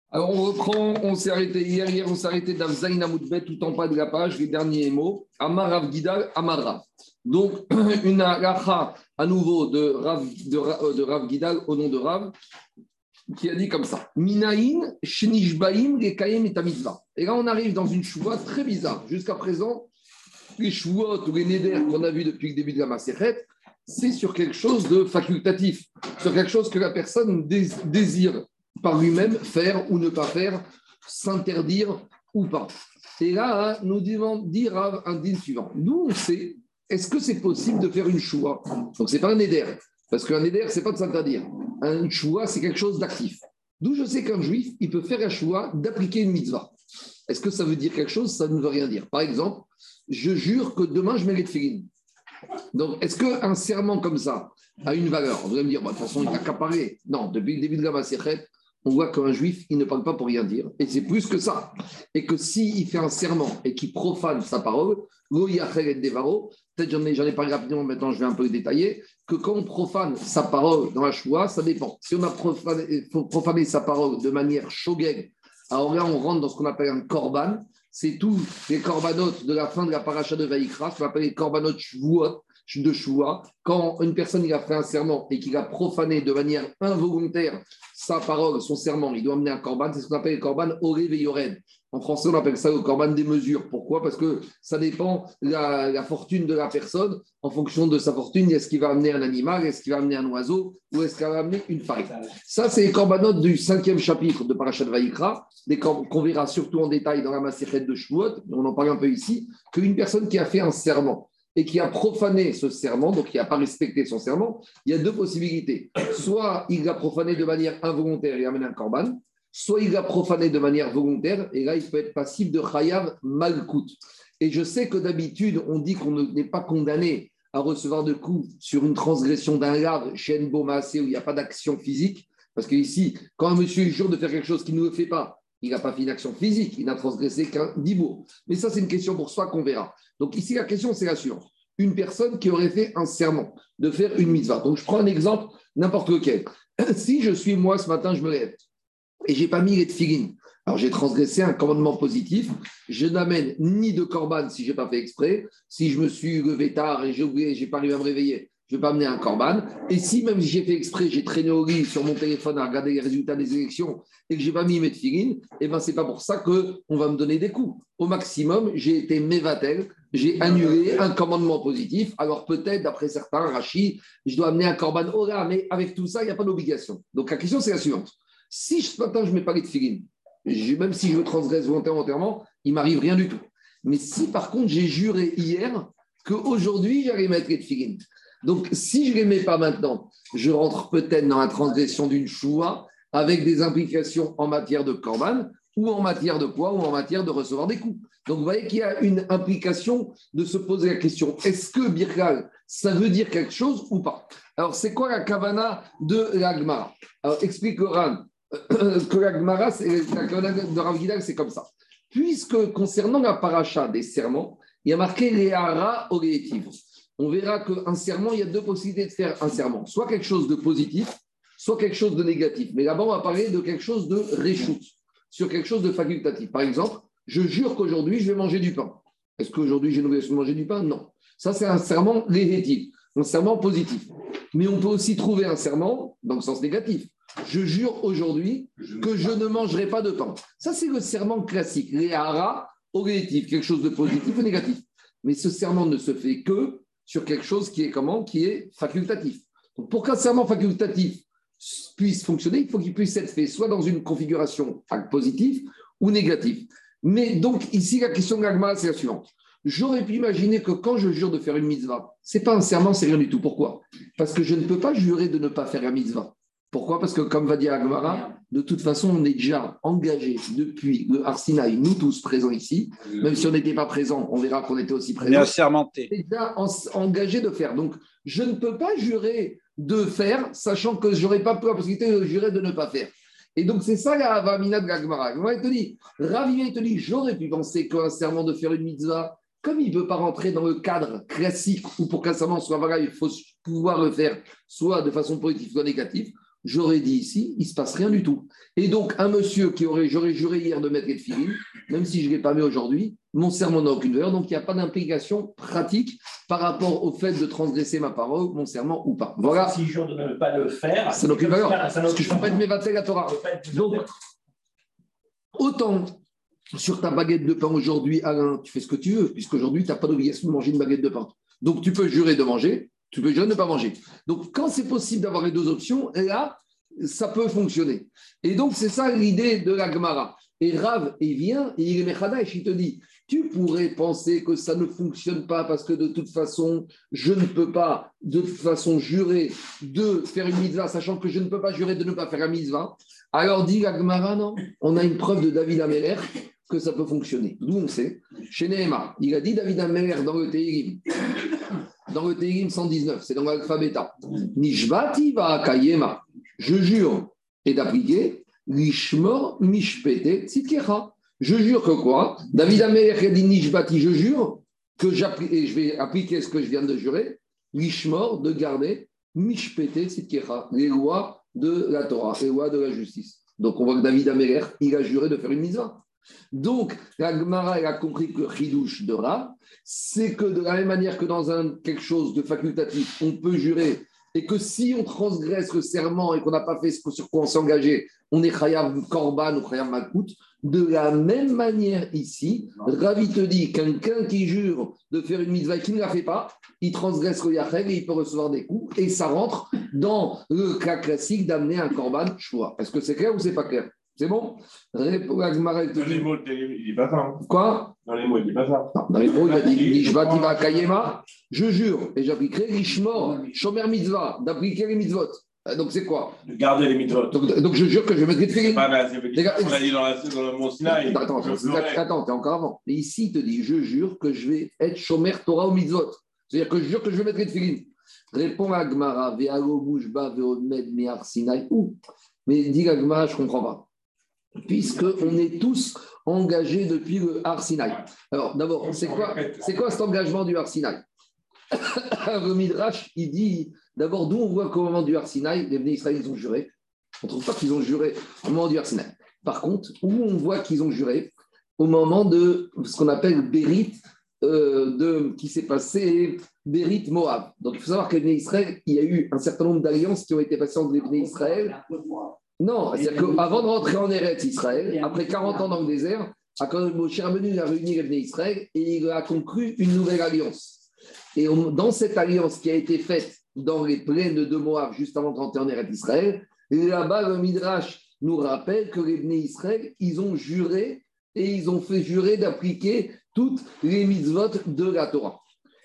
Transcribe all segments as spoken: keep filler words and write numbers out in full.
Alors, on reprend, on s'est arrêté hier, hier on s'est arrêté d'Avzaïn Amoudbet, tout en bas de la page, les derniers mots. Amar Rav Gidal, Amar Rav. Donc, une alacha à nouveau de Rav, de, Rav, de Rav Gidal au nom de Rav, qui a dit comme ça Minaïn, Shenishbaim, Lekayem et Tamizva. Et là, on arrive dans une choua très bizarre. Jusqu'à présent, les chouot ou les néder qu'on a vus depuis le début de la Masechet, c'est sur quelque chose de facultatif, sur quelque chose que la personne désire par lui-même faire ou ne pas faire, s'interdire ou pas. Et là, hein, nous devons dire un din suivant. Nous, on sait, est-ce que c'est possible de faire une choua? Donc, ce n'est pas un éder, parce qu'un éder, ce n'est pas de s'interdire. Un choua, c'est quelque chose d'actif. D'où je sais qu'un juif, il peut faire un choua d'appliquer une mitzvah. Est-ce que ça veut dire quelque chose? Ça ne veut rien dire. Par exemple, je jure que demain, je mets les tefillin. Donc, est-ce qu'un serment comme ça a une valeur? Vous allez me dire, bah, de toute façon, il n'a qu'à parler. Non, depuis le début de la Masechet, on voit qu'un juif, il ne parle pas pour rien dire. Et c'est plus que ça. Et que s'il fait un serment et qu'il profane sa parole, peut-être j'en ai, j'en ai parlé rapidement, maintenant je vais un peu détailler, que quand on profane sa parole dans la choua, ça dépend. Si on a profané, profané sa parole de manière shogeg, alors là, on rentre dans ce qu'on appelle un korban. C'est tous les corbanotes de la fin de la paracha de Vaïkra, ce qu'on appelle les corbanotes shvuot, de choua. Quand une personne il a fait un serment et qu'il a profané de manière involontaire sa parole, son serment, il doit amener un korban. C'est ce qu'on appelle le korban oré veyored. En français, on appelle ça le korban des mesures. Pourquoi? Parce que ça dépend de la, la fortune de la personne. En fonction de sa fortune, est-ce qu'il va amener un animal, est-ce qu'il va amener un oiseau ou est-ce qu'il va amener une farine? Ça, c'est les corbanotes du cinquième chapitre de Parashat Vaïkra, qu'on verra surtout en détail dans la Masechet de Shavuot. On en parle un peu ici, qu'une personne qui a fait un serment et qui a profané ce serment, donc qui n'a pas respecté son serment, il y a deux possibilités. Soit il l'a profané de manière involontaire et amène un korban, soit il l'a profané de manière volontaire, et là, il peut être passible de chayav malkout. Et je sais que d'habitude, on dit qu'on n'est pas condamné à recevoir de coups sur une transgression d'un lave chez Nbomassé où il n'y a pas d'action physique, parce qu'ici, quand un monsieur jure de faire quelque chose qu'il ne le fait pas, il n'a pas fait une action physique, il n'a transgressé qu'un dibour. Mais ça, c'est une question pour soi qu'on verra. Donc ici, la question, c'est la suivante. Une personne qui aurait fait un serment de faire une mitzvah. Donc je prends un exemple, n'importe lequel. Si je suis moi, ce matin, je me lève et je n'ai pas mis les tefillin. Alors j'ai transgressé un commandement positif. Je n'amène ni de korban si je n'ai pas fait exprès. Si je me suis levé tard et j'ai oublié, je n'ai pas arrivé à me réveiller, je ne vais pas amener un korban. Et si même si j'ai fait exprès, j'ai traîné au lit sur mon téléphone à regarder les résultats des élections et que je n'ai pas mis mes tefillin, eh ben, ce n'est pas pour ça qu'on va me donner des coups. Au maximum, j'ai été mévatel, j'ai annulé un commandement positif. Alors peut-être, d'après certains, Rachid, je dois amener un korban Ora, mais avec tout ça, il n'y a pas d'obligation. Donc la question, c'est la suivante. Si ce matin, je ne mets pas les tefillin, même si je transgresse volontairement, il ne m'arrive rien du tout. Mais si par contre, j'ai juré hier qu'aujourd'hui, j'allais mettre les tefillin, donc, si je ne les mets pas maintenant, je rentre peut-être dans la transgression d'une choua avec des implications en matière de korban ou en matière de quoi? Ou en matière de recevoir des coups. Donc, vous voyez qu'il y a une implication de se poser la question, est-ce que Birkal, ça veut dire quelque chose ou pas? Alors, c'est quoi la kavana de la Gemara? Alors, explique le Ran que la Gemara, la kavana de Rav Gidal, c'est comme ça. Puisque concernant la paracha des serments, il y a marqué les hara orétiv. On verra qu'un serment, il y a deux possibilités de faire un serment. Soit quelque chose de positif, soit quelque chose de négatif. Mais là-bas, on va parler de quelque chose de réchoute, sur quelque chose de facultatif. Par exemple, je jure qu'aujourd'hui, je vais manger du pain. Est-ce qu'aujourd'hui, j'ai l'obligation de manger du pain? Non. Ça, c'est un serment légitif, un serment positif. Mais on peut aussi trouver un serment dans le sens négatif. Je jure aujourd'hui que je ne mangerai pas de pain. Ça, c'est le serment classique. Les hara au négatif, quelque chose de positif ou négatif. Mais ce serment ne se fait que sur quelque chose qui est comment? Qui est facultatif. Donc, pour qu'un serment facultatif puisse fonctionner, il faut qu'il puisse être fait soit dans une configuration positive ou négative. Mais donc, ici, la question de l'agma, c'est la suivante. J'aurais pu imaginer que quand je jure de faire une mitzvah, ce n'est pas un serment, c'est rien du tout. Pourquoi? Parce que je ne peux pas jurer de ne pas faire la mitzvah. Pourquoi? Parce que, comme va dire Agmara, de toute façon, on est déjà engagé depuis le Har Sinaï, nous tous présents ici, même si on n'était pas présents, on verra qu'on était aussi présents. On est assermenté. On est déjà engagé de faire. Donc, je ne peux pas jurer de faire, sachant que je n'aurai pas la possibilité de jurer de ne pas faire. Et donc, c'est ça la Avamina de l'Agmara. Il te dit, Ravi, il te dit, j'aurais pu penser qu'un serment de faire une mitzvah, comme il ne peut pas rentrer dans le cadre classique où pour qu'un serment soit valable, il faut pouvoir le faire soit de façon positive, soit négative. j'aurais dit ici, il ne se passe rien du tout. Et donc, un monsieur qui aurait, j'aurais juré hier de mettre les filines, même si je ne l'ai pas mis aujourd'hui, mon serment n'a aucune valeur, donc il n'y a pas d'implication pratique par rapport au fait de transgresser ma parole, mon serment ou pas. Voilà. Si je jure de ne pas le faire, ça n'a aucune valeur. Parce que je ne peux pas être mévatel la Torah. Donc, autant sur ta baguette de pain aujourd'hui, Alain, tu fais ce que tu veux, puisqu'aujourd'hui, tu n'as pas d'obligation de manger une baguette de pain. Donc, tu peux jurer de manger, tu peux jurer de ne pas manger. Donc, quand c'est possible d'avoir les deux options, là, ça peut fonctionner. Et donc, c'est ça l'idée de la Gemara. Et Rav, il vient et il est Mechadash, il te dit, tu pourrais penser que ça ne fonctionne pas parce que de toute façon, je ne peux pas de toute façon jurer de faire une mitzvah, sachant que je ne peux pas jurer de ne pas faire un mitzvah. Alors dit la Gemara, non, on a une preuve de David Améler que ça peut fonctionner. D'où on sait, chez Nehema, il a dit David Améler dans le Tehillim, dans le Tehillim cent dix-neuf, c'est dans l'alphabet. Nishvati va Kayema, je jure et d'appliquer. Lishmor mishpete tzitkecha. Je jure que quoi? David Améler a dit Nishbati, je jure que j'applique, et je vais appliquer ce que je viens de jurer. Lishmor, de garder, mishpete tzitkecha, les lois de la Torah, les lois de la justice. Donc on voit que David Améler, il a juré de faire une mitzvah. Donc la Gemara, elle a compris que le chidouche de Rav, c'est que de la même manière que dans un, quelque chose de facultatif, on peut jurer. Et que si on transgresse le serment et qu'on n'a pas fait ce sur quoi on s'est engagé, on est chayav korban ou chayav malkout. De la même manière ici, Ravi te dit qu'un quelqu'un qui jure de faire une mitzvah et qui ne la fait pas, il transgresse le yachel et il peut recevoir des coups. Et ça rentre dans le cas classique d'amener un korban shua. Est-ce que c'est clair ou c'est pas clair? C'est bon? Dans les mots, il dit pas ça. Hein. Quoi? Dans les mots, il dit pas ça. Non, dans les mots, il a dit Nishvati va Kayema, je jure et j'appliquerai l'Ishmor, Shomer Mitzvah, d'appliquer les mitzvot. Donc c'est quoi? De garder les mitzvot. Donc, donc je jure que je vais mettre les tefillin. On a dit dans, la, dans le mont Sinaï. Attends, attends, t'es encore avant. Mais ici, il te dit je jure que je vais être Shomer Torah ou mitzvot. C'est-à-dire que je jure que je vais mettre les tefillin. Répond à Gmara, Ve'alo Bouchba, Ve'odmed, Me'ar Sinaï. Où? Mais dit à Gmara, je ne comprends pas. Puisqu'on est tous engagés depuis le Har Sinaï. Alors, d'abord, c'est quoi, c'est quoi cet engagement du Har Sinaï? Le Midrash, il dit, d'abord, d'où on voit qu'au moment du Har Sinaï, les Bnei Israël, ils ont juré. On ne trouve pas qu'ils ont juré au moment du Har Sinaï. Par contre, où on voit qu'ils ont juré au moment de ce qu'on appelle Bérit, euh, de, qui s'est passé Bérit Moab. Donc, il faut savoir que les Bnei Israël, il y a eu un certain nombre d'alliances qui ont été passées entre les Bnei Israël. Non, c'est-à-dire qu'avant de rentrer en Eretz Israël, après quarante ans dans le désert, quand Moshe Rabbeinu a réuni les Bnei Israël et il a conclu une nouvelle alliance. Et on, dans cette alliance qui a été faite dans les plaines de Moab, juste avant de rentrer en Eretz Israël, là-bas, le Midrash nous rappelle que les Bnei Israël, ils ont juré et ils ont fait jurer d'appliquer toutes les mitzvot de la Torah.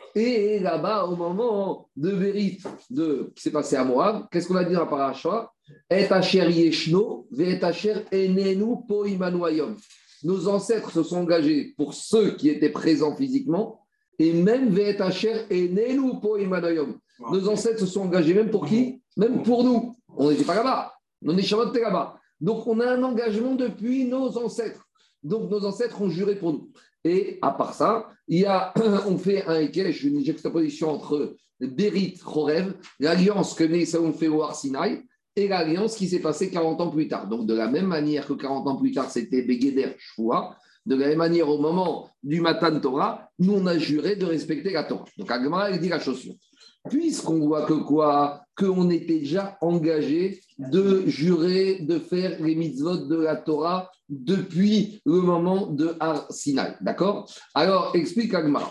Et là-bas, au moment de Bérit, de, qui s'est passé à Moab, qu'est-ce qu'on a dit dans la paracha? Et asher yeshno, ve asher enenu po imanu hayom. Nos ancêtres se sont engagés pour ceux qui étaient présents physiquement, et même ve asher enenu po imanu hayom. Nos ancêtres se sont engagés même pour qui? Même pour nous. On n'était pas là-bas. On est chamoté là-bas. Donc, on a un engagement depuis nos ancêtres. Donc, nos ancêtres ont juré pour nous. Et à part ça, il y a, on fait un équèche, une juxtaposition entre Bérit, Chorev, l'alliance que les ont fait au Har Sinaï, et l'alliance qui s'est passée quarante ans plus tard. Donc, de la même manière que quarante ans plus tard, c'était Begeder Shua, de la même manière, au moment du Matan Torah, nous, on a juré de respecter la Torah. Donc, Agma, elle dit la chose suivante. Puisqu'on voit que quoi? Qu'on était déjà engagé de jurer de faire les mitzvot de la Torah depuis le moment de Har Sinaï. D'accord? Alors, explique Agma.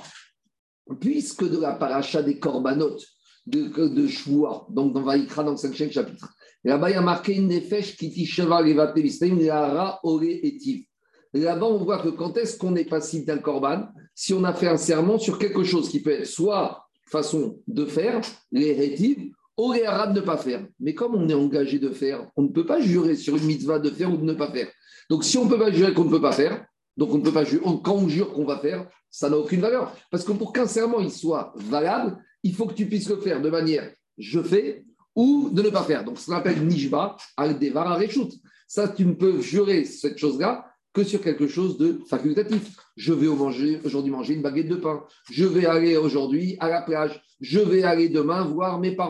Puisque de la paracha des Korbanot, de, de Shua, donc dans Vaïkra, dans le cinquième chapitre, là-bas, il y a marqué une nefesh qui tisheva levate l'israïm, l'ara ore etiv. Là-bas, on voit que quand est-ce qu'on est passible d'un korban, si on a fait un serment sur quelque chose qui peut être soit façon de faire, les rétives, ou les arabes de ne pas faire. Mais comme on est engagé de faire, on ne peut pas jurer sur une mitzvah de faire ou de ne pas faire. Donc, si on ne peut pas jurer qu'on ne peut pas faire, donc on ne peut pas jurer, quand on jure qu'on va faire, ça n'a aucune valeur. Parce que pour qu'un serment il soit valable, il faut que tu puisses le faire de manière je fais ou de ne pas faire. Donc, ça s'appelle Nishba al-Devar al-Reshut. Ça, tu ne peux jurer cette chose-là que sur quelque chose de facultatif. Je vais manger, aujourd'hui manger une baguette de pain. Je vais aller aujourd'hui à la plage. Je vais aller demain voir mes parents.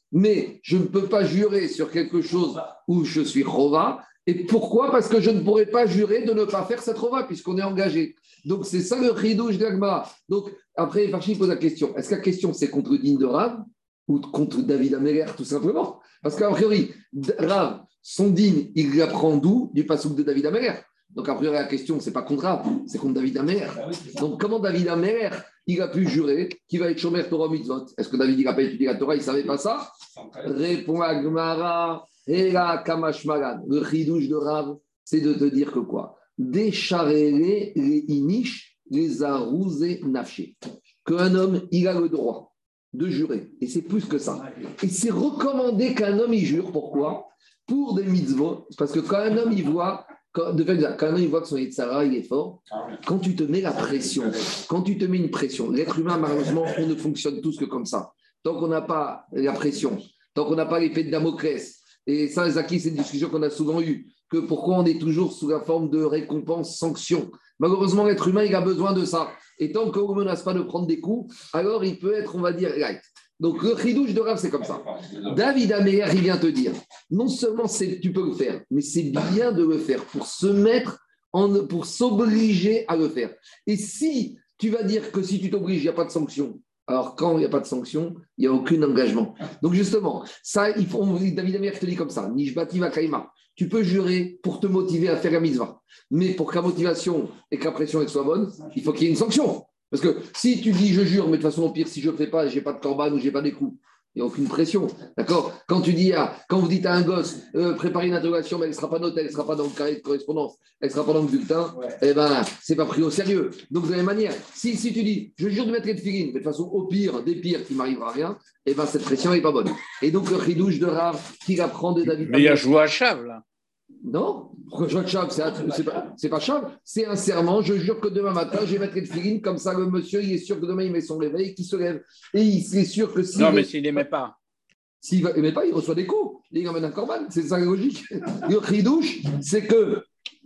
mais je ne peux pas jurer sur quelque chose où je suis chova. Et pourquoi? Parce que je ne pourrais pas jurer de ne pas faire cette chova, puisqu'on est engagé. Donc, c'est ça le chidouche d'Agma. Donc, après, Farchi pose la question. Est-ce que la question, c'est contre le digne de Rav ou contre David Améler, tout simplement? Parce qu'a priori, Rav, son digne, il l'apprend d'où? Du passouk de David Améler. Donc, a priori, la question, ce n'est pas contre Rav, c'est contre David Améler. Donc, comment David Améler, il a pu jurer qu'il va être Shomer Torah Mitzvot? Est-ce que David, il n'a pas étudié la Torah, il ne savait pas ça? Répond Agmara. Et là, Kamashmalan, le chidouche de Rav, c'est de te dire que quoi? Décharrer les inish, les arousés nafché. Qu'un homme, il a le droit de jurer. Et c'est plus que ça. Et c'est recommandé qu'un homme, il jure. Pourquoi? Pour des mitzvot. Parce que quand un homme, il voit, quand, de fait, quand un homme, il voit que son Yetzara, il est fort, quand tu te mets la pression, quand tu te mets une pression, l'être humain, malheureusement, on ne fonctionne tous que comme ça. Tant qu'on n'a pas la pression, tant qu'on n'a pas l'épée de Damoclès, et ça, Zaki, c'est une discussion qu'on a souvent eue, que pourquoi on est toujours sous la forme de récompense, sanction. Malheureusement, l'être humain, il a besoin de ça. Et tant qu'on ne menace pas de prendre des coups, alors il peut être, on va dire, light. Donc, le chidouche de Rav, c'est comme ça. David Améler, il vient te dire, non seulement c'est, tu peux le faire, mais c'est bien de le faire pour se mettre, en, pour s'obliger à le faire. Et si tu vas dire que si tu t'obliges, il n'y a pas de sanction, alors, quand il n'y a pas de sanction, il n'y a aucun engagement. Donc, justement, ça, il faut, David Améler te dit comme ça, Nishbati va kaima. Tu peux jurer pour te motiver à faire la mitzvah. Mais pour que la motivation et que la pression soit bonne, il faut qu'il y ait une sanction. Parce que si tu dis je jure, mais de toute façon, au pire, si je ne fais pas, je n'ai pas de corban ou je n'ai pas des coups, il n'y a aucune pression. D'accord? Quand tu dis à, quand vous dites à un gosse, euh, préparez une interrogation, mais elle ne sera pas notée, elle ne sera pas dans le carré de correspondance, elle ne sera pas dans le bulletin, ouais. Eh bien, ce n'est pas pris au sérieux. Donc, de la même manière, si, si tu dis, je jure de mettre une figurine, mais de toute façon, au pire, des pires, il ne m'arrivera rien, eh bien, cette pression n'est pas bonne. Et donc, le chidouche de Rav, qu'il apprend de David. Mais il y a joué à Chav, là. Non, pourquoi je Chav, c'est, c'est pas, c'est pas Chav, c'est un serment. Je jure que demain matin, je vais mettre une figurine, comme ça, le monsieur, il est sûr que demain, il met son réveil, qu'il se lève. Et il est sûr que si. Non, mais s'il n'aimait pas. S'il n'aimait pas, il reçoit des coups. Et il emmène un corban. C'est ça la logique. Le chidouche, c'est que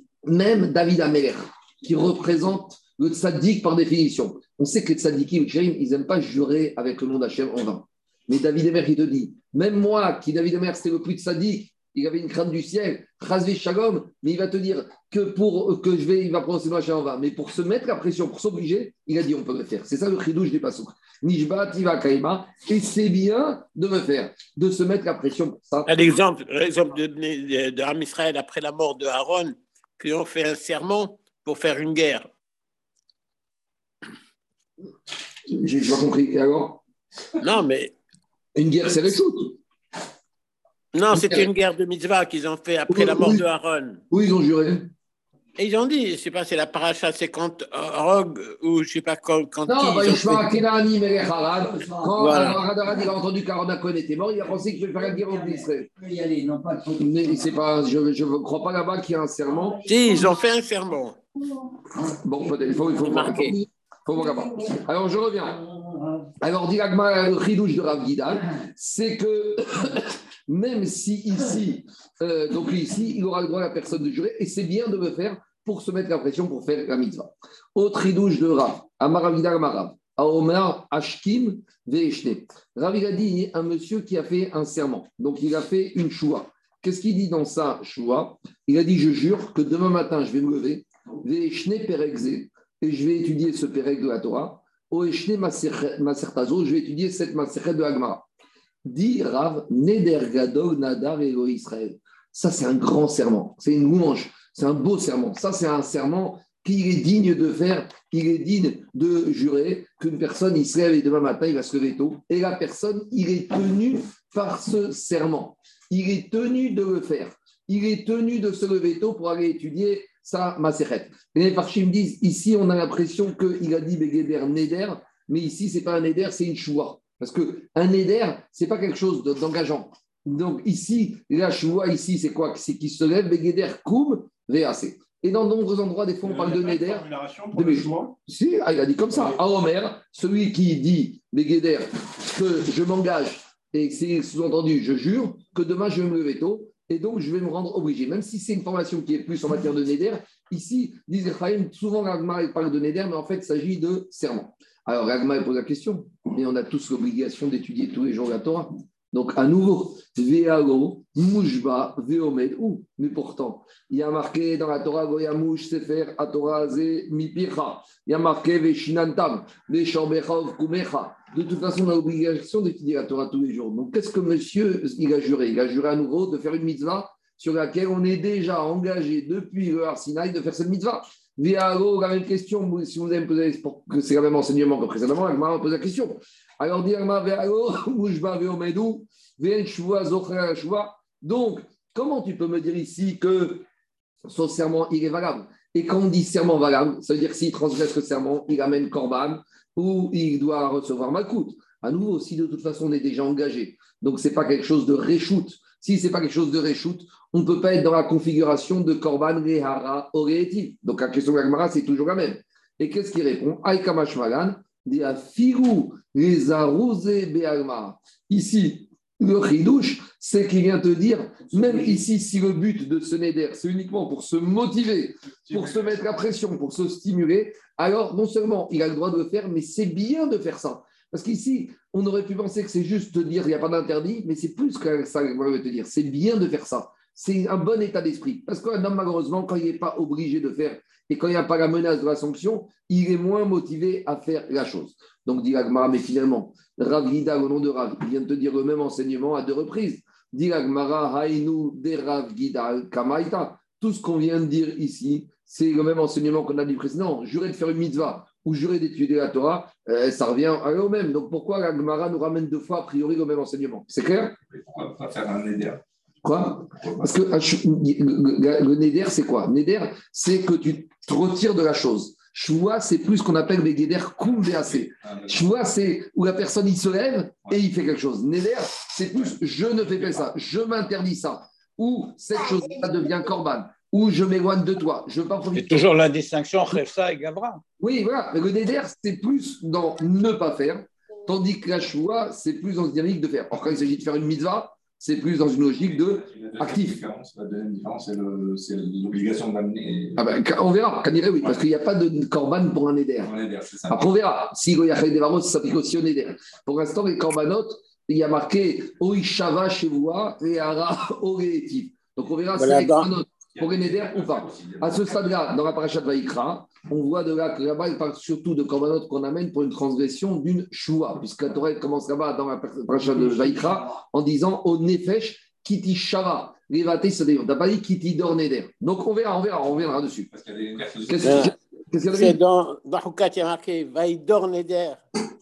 même David Améler, qui représente le tzaddik par définition, on sait que les tzaddikim, ils n'aiment pas jurer avec le nom d'Hachem en vain. Mais David Améler, il te dit, même moi, qui David Améler, c'était le plus tzaddik, il avait une crainte du ciel, Chazvé Shalom, mais il va te dire que pour que je vais, il va prononcer le Hachem en vain. Mais pour se mettre la pression, pour s'obliger, il a dit on peut le faire. C'est ça le chidouche des passouk. Nishba, Tiva, Kaima, et c'est bien de me faire, de se mettre la pression pour ça. L'exemple, l'exemple de, de, de Ram Israël après la mort de Aaron, qui ont fait un serment pour faire une guerre. J'ai pas compris. Et alors? Non, mais. Une guerre, c'est les shoot. Non, c'était une guerre de mitzvah qu'ils ont fait après oui, la mort oui. de Aaron. Oui, ils ont juré. Et ils ont dit, je ne sais pas, c'est la paracha cinquante Rogue ou je ne sais pas quand. quand non, bah, ils fait... Quand voilà. Harad il a entendu qu'Aaron Cohen était mort, il a pensé qu'il fallait faire la guerre en Israël. Mais c'est pas, je ne crois pas là-bas qu'il y a un serment. Si, ils ont fait un serment. Bon, peut-être, il faut, il faut voir. Il faut voir là-bas. Alors, je reviens. Alors, dit l'Agma, le chidouche de Rav Gidal, c'est que même si ici, euh, donc ici, il aura le droit à la personne de jurer, et c'est bien de le faire pour se mettre la pression pour faire la mitzvah. Autre chidouche de Rav, Amar Rav Gidal Amarav, Aomer Ashkim Ve'eshne. Rav il a dit un monsieur qui a fait un serment, donc il a fait une choua. Qu'est-ce qu'il dit dans sa choua? Il a dit je jure que demain matin je vais me lever, Ve'eshne Perekze, et je vais étudier ce Perek de la Torah. Oeshne Masertazo, je vais étudier cette Maseret de Agmara. Dit Rav, Neder Gadol Nadar Elo Israël. Ça, c'est un grand serment. C'est une louange. C'est un beau serment. Ça, c'est un serment qu'il est digne de faire. Il est digne de jurer qu'une personne, il se lève et demain matin, il va se lever tôt. Et la personne, il est tenu par ce serment. Il est tenu de le faire. Il est tenu de se lever tôt pour aller étudier ça, Maseret. Les Farshim disent, ici, on a l'impression qu'il a dit Begeder Neder, mais ici, ce n'est pas un Neder, c'est une choua. Parce qu'un Neder, ce n'est pas quelque chose d'engageant. Donc ici, la choua, ici, c'est quoi? C'est qu'il se lève, Begeder Koum, V A C. Et dans de nombreux endroits, des fois, on parle de Neder. De mes... Si, ah, il a dit comme ça. À Omer, celui qui dit Begeder, que je m'engage, et c'est sous-entendu, je jure, que demain, je vais me lever tôt. Et donc, je vais me rendre obligé. Même si c'est une formation qui est plus en matière de Neder, ici, disent Ephraim, souvent Ragma parle de Neder, mais en fait, il s'agit de serment. Alors, Ragma pose la question, mais on a tous l'obligation d'étudier tous les jours la Torah. Donc, à nouveau, Vealo, Mouchba, Veomed, ou. Mais pourtant, il y a marqué dans la Torah, Goyamouch, Sefer, Atora, Ze, Mipicha. Il y a marqué Veshinantam, Veshambechov, Kumecha. De toute façon, on a l'obligation d'étudier la Torah tous les jours. Donc, qu'est-ce que monsieur, il a juré? Il a juré à nouveau de faire une mitzvah sur laquelle on est déjà engagé depuis le Har Sinaï de faire cette mitzvah. Vealo, la même question, si vous avez posé, que c'est le même enseignement que précédemment, Agmara pose la question. Alors, dit Agmara, Vealo, Mouchba, Veomedou, Ven Shua, Zochra, Shua. Donc, comment tu peux me dire ici que son serment, il est valable? Et quand on dit serment valable, ça veut dire que s'il transgresse le serment, il amène Korban ou il doit recevoir Malkout. À nouveau, si de toute façon on est déjà engagé, donc ce n'est pas quelque chose de réchoute. Si ce n'est pas quelque chose de réchoute, on ne peut pas être dans la configuration de Korban, Rehara, Oreetiv. Donc la question de l'Agmara, c'est toujours la même. Et qu'est-ce qu'il répond? Aïkamash Malan, dit à Firou, les arrosés Be'alma. Ici, le chidouche, c'est qu'il vient te dire, même ici, si le but de ce neder, c'est uniquement pour se motiver, pour se mettre la pression, pour se stimuler, alors non seulement il a le droit de le faire, mais c'est bien de faire ça. Parce qu'ici, on aurait pu penser que c'est juste te dire, il n'y a pas d'interdit, mais c'est plus que ça que je veux te dire. C'est bien de faire ça. C'est un bon état d'esprit. Parce qu'un homme, malheureusement, quand il n'est pas obligé de faire et quand il n'y a pas la menace de la sanction, il est moins motivé à faire la chose. Donc, dit l'Agmara, mais finalement, Rav Gidal, au nom de Rav, il vient de te dire le même enseignement à deux reprises. Dit l'Agmara, Haïnu de Rav Gidal, Kamaïta. Tout ce qu'on vient de dire ici, c'est le même enseignement qu'on a dit précédemment. Jurer de faire une mitzvah ou jurer d'étudier la Torah, euh, ça revient à au même. Donc, pourquoi l'Agmara nous ramène deux fois, a priori, le même enseignement? C'est clair? Pourquoi pas faire un neder? Quoi? Parce que le, le neder, c'est quoi? Neder, c'est que tu te retires de la chose. Choua, c'est plus ce qu'on appelle les neder koumbeasé. Choua, c'est où la personne, il se lève et il fait quelque chose. Neder, c'est plus je ne fais pas ça, je m'interdis ça. Ou cette chose-là devient korban. Ou je m'éloigne de toi. Je veux pas profiter. C'est toujours la distinction entre ça et Gabra. Oui, voilà. Mais le neder, c'est plus dans ne pas faire. Tandis que la choua, c'est plus dans une dynamique de faire. Or, quand il s'agit de faire une mitzvah, c'est plus dans une logique de actif. La deuxième différence, c'est, le, c'est l'obligation d'amener. Ah ben, on verra, Kaniré, oui, ouais. Parce qu'il n'y a pas de korban pour un neder. Après, on verra. Si il y a des varos, ça s'applique aussi au neder. Pour l'instant, les korbanotes, il y a marqué Oishava Shevoua et Ara Oreetiv. Donc, on verra voilà, si les korbanotes pour les neder ou pas. À ce stade-là, dans la paracha de Vaïkra, on voit de là que là-bas, il parle surtout de korbanot qu'on amène pour une transgression d'une choua, puisque la Torah commence là-bas dans la paracha de Vaïkra en disant au nefesh kiti shava, levate sadeur. T'as pas dit kiti dor neder. Donc on verra, on verra, on reviendra dessus. Parce qu'il y a des Qu'est-ce, qu'est-ce, qu'est-ce qu'il y a C'est dans Hukat, il y a marqué Vaïdor neder.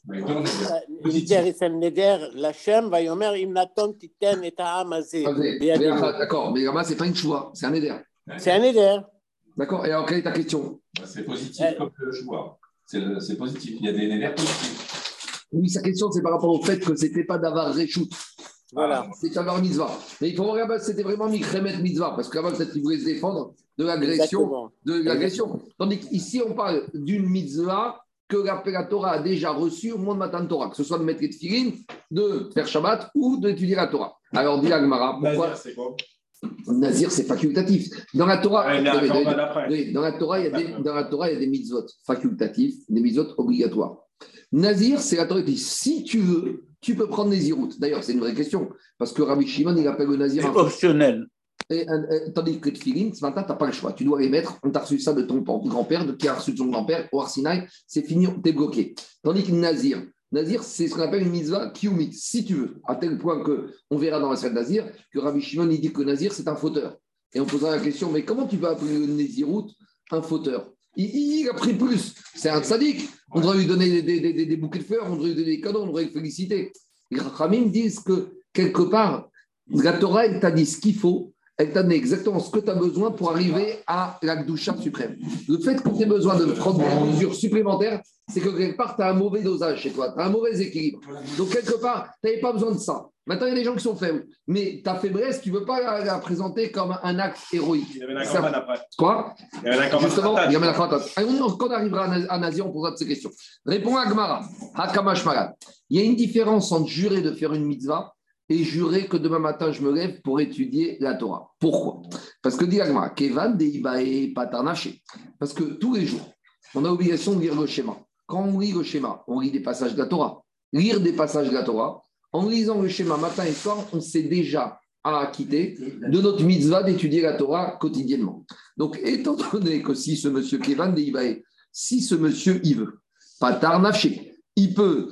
Neder et Sem neder, l'Hachem, Vaïomer, Imnaton, Titen et Ta'am Azé. D'accord, mais là-bas, c'est pas une choua, c'est un neder. C'est un neder. D'accord, et alors quelle est ta question? C'est positif euh, comme le choix. C'est, le, c'est positif. Il y a des néders positifs. Oui, sa question, c'est par rapport au fait que ce n'était pas d'avoir réchout. Voilà. C'est d'avoir mitzvah. Mais il faut regarder, c'était vraiment Mikremet mitzvah, parce qu'avant, peut-être qu'il voulait se défendre de l'agression. De l'agression. Tandis qu'ici, on parle d'une mitzvah que la, la Torah a déjà reçue au moment de Matan Torah, que ce soit de mettre les tefilin, de faire Shabbat ou d'étudier la Torah. Alors, dit Agmara, pourquoi Nazir, c'est quoi? Nazir, c'est facultatif. Dans la Torah, ouais, dans, dans, dans la Torah, il y a des, dans la Torah, il y a des mitzvot facultatifs, des mitzvot obligatoires. Nazir, c'est la Torah qui dit si tu veux, tu peux prendre Nézirout. D'ailleurs, c'est une vraie question, parce que Rabbi Shimon, il appelle le Nazir. C'est optionnel. Et, et, tandis que Tfilin, ce matin, tu n'as pas le choix. Tu dois les mettre. On t'a reçu ça de ton grand-père, de qui a reçu de son grand-père, au Arsinaï, c'est fini, t'es bloqué. Tandis que Nazir, Nazir, c'est ce qu'on appelle une mitzvah kiumit, si tu veux, à tel point qu'on verra dans la semaine Nazir que Rabbi Shimon il dit que Nazir, c'est un fauteur. Et on posera la question, mais comment tu peux appeler le Nézirout un fauteur? il, il a pris plus, c'est un tzaddik. On devrait lui donner des, des, des, des bouquets de fleurs, on devrait lui donner des cadeaux, on devrait le féliciter. Les Rachamim disent que, quelque part, la Torah, elle t'a dit ce qu'il faut, elle t'a donné exactement ce que tu as besoin pour arriver à la Gdusha suprême. Le fait que tu aies besoin de prendre des mesures supplémentaires, c'est que quelque part, tu as un mauvais dosage chez toi, tu as un mauvais équilibre. Donc, quelque part, tu n'avais pas besoin de ça. Maintenant, il y a des gens qui sont faibles. Mais ta faiblesse, tu ne veux pas la, la présenter comme un acte héroïque. Il y avait un corban après. Quoi? Il y avait un corban. Justement, il y avait un corban. Quand on arrivera à Nazir, on posera de ces questions. Réponds à Gmara. Hakamash Marat. Il y a une différence entre jurer de faire une mitzvah et jurer que demain matin, je me lève pour étudier la Torah. Pourquoi? Parce que dit Agmara, Kevan Deibae Patarnaché. Parce que tous les jours, on a l'obligation de lire le schéma. Quand on lit le schéma, on lit des passages de la Torah. Lire des passages de la Torah, En lisant le schéma matin et soir, on s'est déjà acquitté de notre mitzvah d'étudier la Torah quotidiennement. Donc, étant donné que si ce monsieur Kévan de Ibaé, si ce monsieur il veut, Patar Nafché, il peut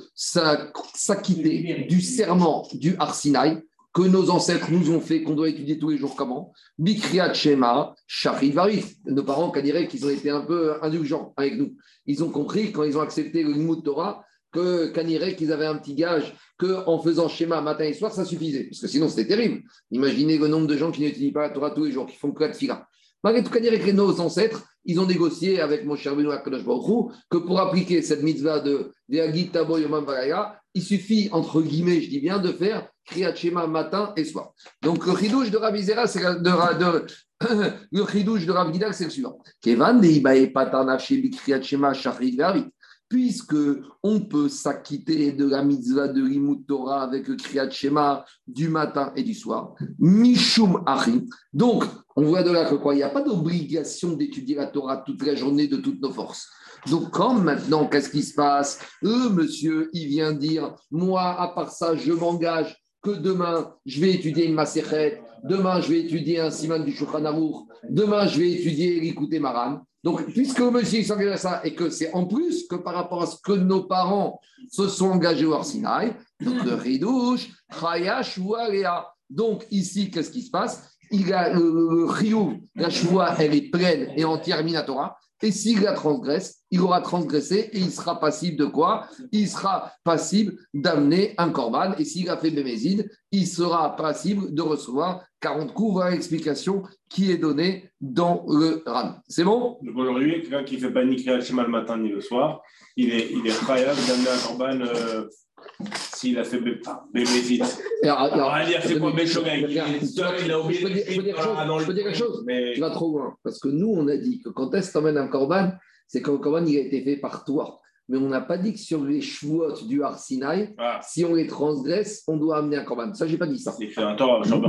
s'acquitter du serment du Har Sinaï que nos ancêtres nous ont fait, qu'on doit étudier tous les jours comment Bikriat Shema, Shachrit Varif. Nos parents, qu'on dirait qu'ils ont été un peu indulgents avec nous. Ils ont compris, quand ils ont accepté le Limud Torah, que qu'on dirait qu'ils avaient un petit gage qu'en faisant schéma matin et soir, ça suffisait. Parce que sinon, c'était terrible. Imaginez le nombre de gens qui n'étudient pas la Torah tous les jours, qui font que la tefila. Malgré tout, qu'on dirait que nos ancêtres, ils ont négocié avec Moshe Rabbeinu HaKadosh Baruch Hu que pour appliquer cette mitzvah de Deagit Tabo Yomam Varaya, il suffit, entre guillemets, je dis bien, de faire Kriyat Shema matin et soir. Donc, le chidouche de Rav Zera, c'est de, de, de, le chidouche de Rav Gidal, c'est le suivant. Kevan de Ibae Patarnaf Shebi Kriyat Shema Shachrit Ve'avit. Puisque on peut s'acquitter de la mitzvah de Limud Torah avec le Kriyat Shema du matin et du soir. Mishum Achim. Donc, on voit de là que quoi, il n'y a pas d'obligation d'étudier la Torah toute la journée de toutes nos forces. Donc, quand maintenant, qu'est-ce qui se passe ? Le monsieur, il vient dire, moi, à part ça, je m'engage que demain, je vais étudier une Masechet, demain, je vais étudier un Siman du Shulchan Aruch, demain, je vais étudier l'Ikouté Maran. Donc, puisque le monsieur s'engage à ça et que c'est en plus que par rapport à ce que nos parents se sont engagés au Har Sinaï, donc le Ridouche, Chayash ou Aléa. Donc, ici, qu'est-ce qui se passe ? Il a le Chiyuv, la Shua, elle est pleine et entière Minatora. Et s'il la transgresse, il aura transgressé et il sera passible de quoi ? Il sera passible d'amener un korban. Et s'il a fait Bémézine, il sera passible de recevoir quarante coups. Voilà l'explication qui est donnée dans le Ran. C'est bon ? Donc aujourd'hui, quelqu'un qui ne fait pas ni Kriyat Shema le matin ni le soir, il est, il est chayav d'amener un korban euh, s'il a fait Bémézine. Alors, on va dire c'est quoi Béchogag ? Il est seul, il a oublié. Je peux dire quelque chose, mais tu vas trop loin. Parce que nous, on a dit que quand est-ce que tu emmènes un korban, c'est quand le korban il a été fait par toi. Mais on n'a pas dit que sur les shvuot du Har Sinaï, ah. si on les transgresse, on doit amener un korban. Ça, je n'ai pas dit ça. Il fait un Torah, je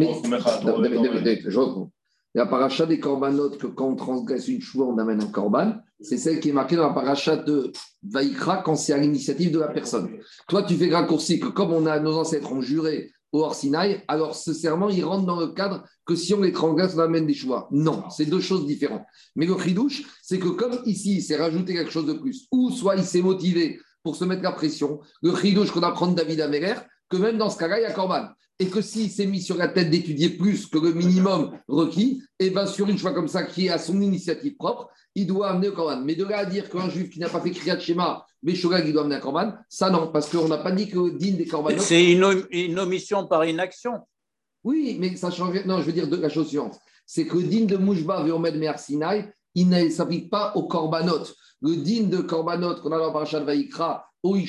reprends. La paracha des korbanot, que quand on transgresse une shvuah, on amène un korban, c'est celle qui est marquée dans la paracha de Vaïkra quand c'est à l'initiative de la personne. Toi, tu fais raccourci que comme on a, nos ancêtres ont juré au Har Sinaï, alors ce serment, il rentre dans le cadre que si on les transgresse, on amène des shvuah. Non, c'est deux choses différentes. Mais le chidouche, c'est que comme ici, il s'est rajouté quelque chose de plus, ou soit il s'est motivé pour se mettre la pression, le chidouche qu'on apprend de David Améler, que même dans ce cas-là, il y a korban. Et que s'il s'est mis sur la tête d'étudier plus que le minimum requis, et bien sur une fois comme ça, qui est à son initiative propre, il doit amener le korban. Mais de là à dire qu'un juif qui n'a pas fait Kriyat Shema, Béchogag, il doit amener un korban, ça non, parce qu'on n'a pas dit que le din des korbanot. C'est une, om- une omission par inaction. Oui, mais ça change. Non, je veux dire de la chose suivante. C'est que le din de Mouchba, Véomed Me'ar Sinaï, il ne s'applique pas au korbanot. Le din de korbanot qu'on a dans le parashat Vaïkra,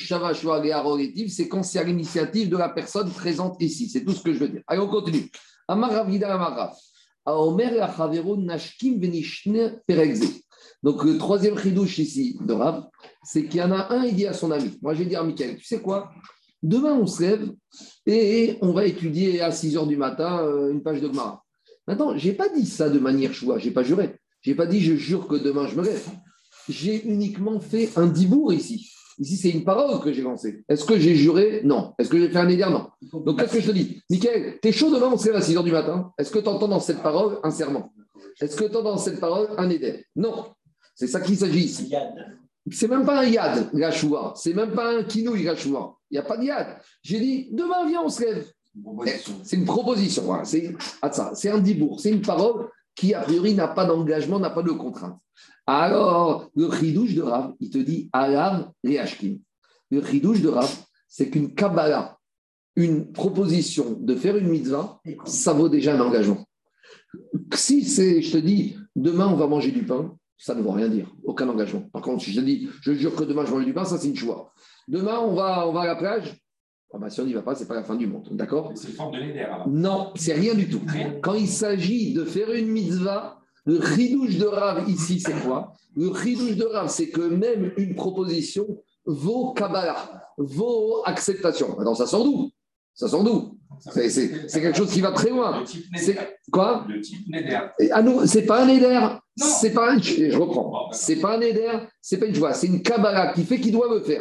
c'est quand c'est à l'initiative de la personne présente ici. C'est tout ce que je veux dire. Allez, on continue. Amar Rav Gidal Amar Rav. Aomer la Chavero Nashkim Venishne Perexé. Donc, le troisième chidouche ici de Rav, c'est qu'il y en a un, il dit à son ami. Moi, je vais dire à Michael, tu sais quoi ? Demain, on se lève et on va étudier à six heures du matin une page de Gemara. Maintenant, je n'ai pas dit ça de manière choix, je n'ai pas juré. Je n'ai pas dit je jure que demain je me lève. J'ai uniquement fait un dibour ici. Ici, c'est une parole que j'ai lancée. Est-ce que j'ai juré ? Non. Est-ce que j'ai fait un éder ? Non. Donc, qu'est-ce que je te dis ? Michael, t'es chaud demain, on se lève à six heures du matin. Est-ce que tu entends dans cette parole un serment ? Est-ce que tu entends dans cette parole un éder ? Non. C'est ça qu'il s'agit ici. C'est même pas un yad, la choua. C'est même pas un kinouï, la choua. Il n'y a pas de yad. J'ai dit, demain, viens, on se lève. C'est une proposition. Voilà. C'est, c'est un dibour. C'est une parole qui, a priori, n'a pas d'engagement, n'a pas de contrainte. Alors, le chidouche de Rav, il te dit Alav Reashkim. Le chidouche de Rav, c'est qu'une Kabbalah, une proposition de faire une mitzvah, ça vaut déjà un engagement. Si c'est, je te dis, demain on va manger du pain, ça ne veut rien dire, aucun engagement. Par contre, si je te dis, je jure que demain je mange du pain, ça c'est une choix. Demain on va, on va à la plage. Ah bah, si on n'y va pas, ce n'est pas la fin du monde, d'accord ? C'est une forme de l'éder. Non, c'est rien du tout. Rien. Quand il s'agit de faire une mitzvah, le chidouche de Rav ici, c'est quoi ? Le chidouche de Rav, c'est que même une proposition vaut Kabbalah, vaut acceptation. Attends, ça sort d'où ? Ça sort d'où ? c'est, c'est, c'est quelque chose qui va très loin. C'est quoi ? Le type Neder. Ah non, c'est pas un Neder. C'est pas un. Je reprends. C'est pas un Neder. C'est pas une joie. C'est une Kabbalah qui fait qu'il doit le faire.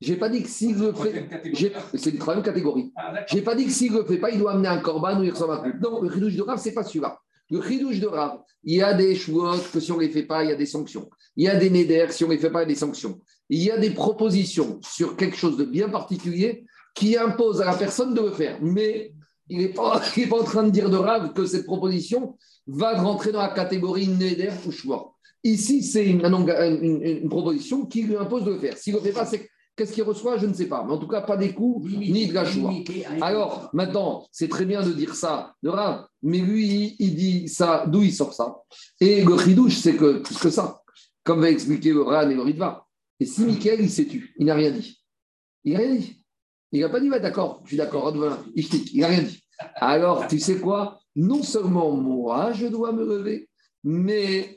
J'ai pas dit que s'il le fait, c'est une troisième catégorie. Ah, j'ai pas dit que s'il le fait pas, il doit amener un corban ou il ressemble à un Non, le chidouche de Rav, c'est pas celui-là. Le chidouche de Rav, il y a des chouot que si on les fait pas, il y a des sanctions. Il y a des néder, si on les fait pas, il y a des sanctions. Il y a des propositions sur quelque chose de bien particulier qui impose à la personne de le faire. Mais il n'est pas, pas en train de dire de Rav que cette proposition va rentrer dans la catégorie néder ou chouot. Ici, c'est une, une, une, une proposition qui lui impose de le faire. S'il ne le fait pas, c'est qu'est-ce qu'il reçoit? Je ne sais pas. Mais en tout cas, pas des coups, ni de la choix. Alors, maintenant, c'est très bien de dire ça de Rav, mais lui, il dit ça, d'où il sort ça? Et le chidouche, c'est que plus que ça, comme va expliquer le Ran et le Ritva. Et si Mickaël, il s'est tu, il n'a rien dit. Il n'a rien dit. Il n'a pas dit, ouais, d'accord, je suis d'accord, il n'a rien dit. Alors, tu sais quoi? Non seulement moi, je dois me lever, mais,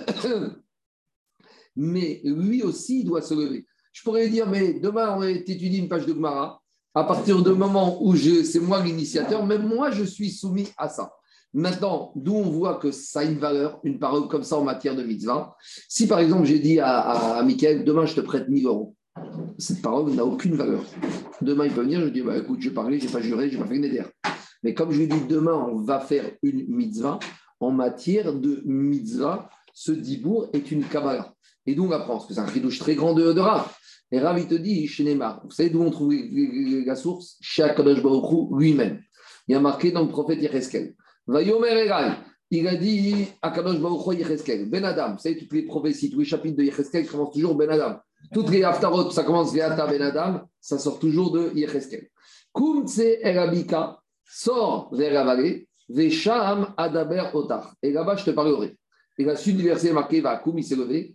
mais lui aussi, il doit se lever. Je pourrais dire, mais demain, on étudie une page de Gemara. À partir du moment où je, c'est moi l'initiateur, même moi, je suis soumis à ça. Maintenant, d'où on voit que ça a une valeur, une parole comme ça en matière de mitzvah. Si par exemple, j'ai dit à, à, à Mickaël, demain, je te prête mille euros, cette parole n'a aucune valeur. Demain, il peut venir, je dis, bah, écoute, je parlais, je n'ai pas juré, je n'ai pas fait une éder. Mais comme je lui dis, demain, on va faire une mitzvah, en matière de mitzvah, ce dibour est une kabbalah. Et d'où on apprend, parce que c'est un chidouche très grand de, de Rav. Et Rav, il te dit, chez Neymar, vous savez d'où on trouve la source? Chez Akadosh Baruch Hu lui-même. Il y a marqué dans le prophète Yecheskel. Vayomer Egai, il a dit Akadosh Baruch Hu Yecheskel. Ben Adam, vous savez, toutes les prophéties, tous les chapitres de Yecheskel commencent toujours Ben Adam. Toutes les haftarot, ça commence Veata Ben Adam, ça sort toujours de Yecheskel. Kumtse Erabika sort vers la vallée, Vesham Adaber Otar. Et là-bas, je te parlerai. Et la suite du verset est marqué Vakum, il s'est levé.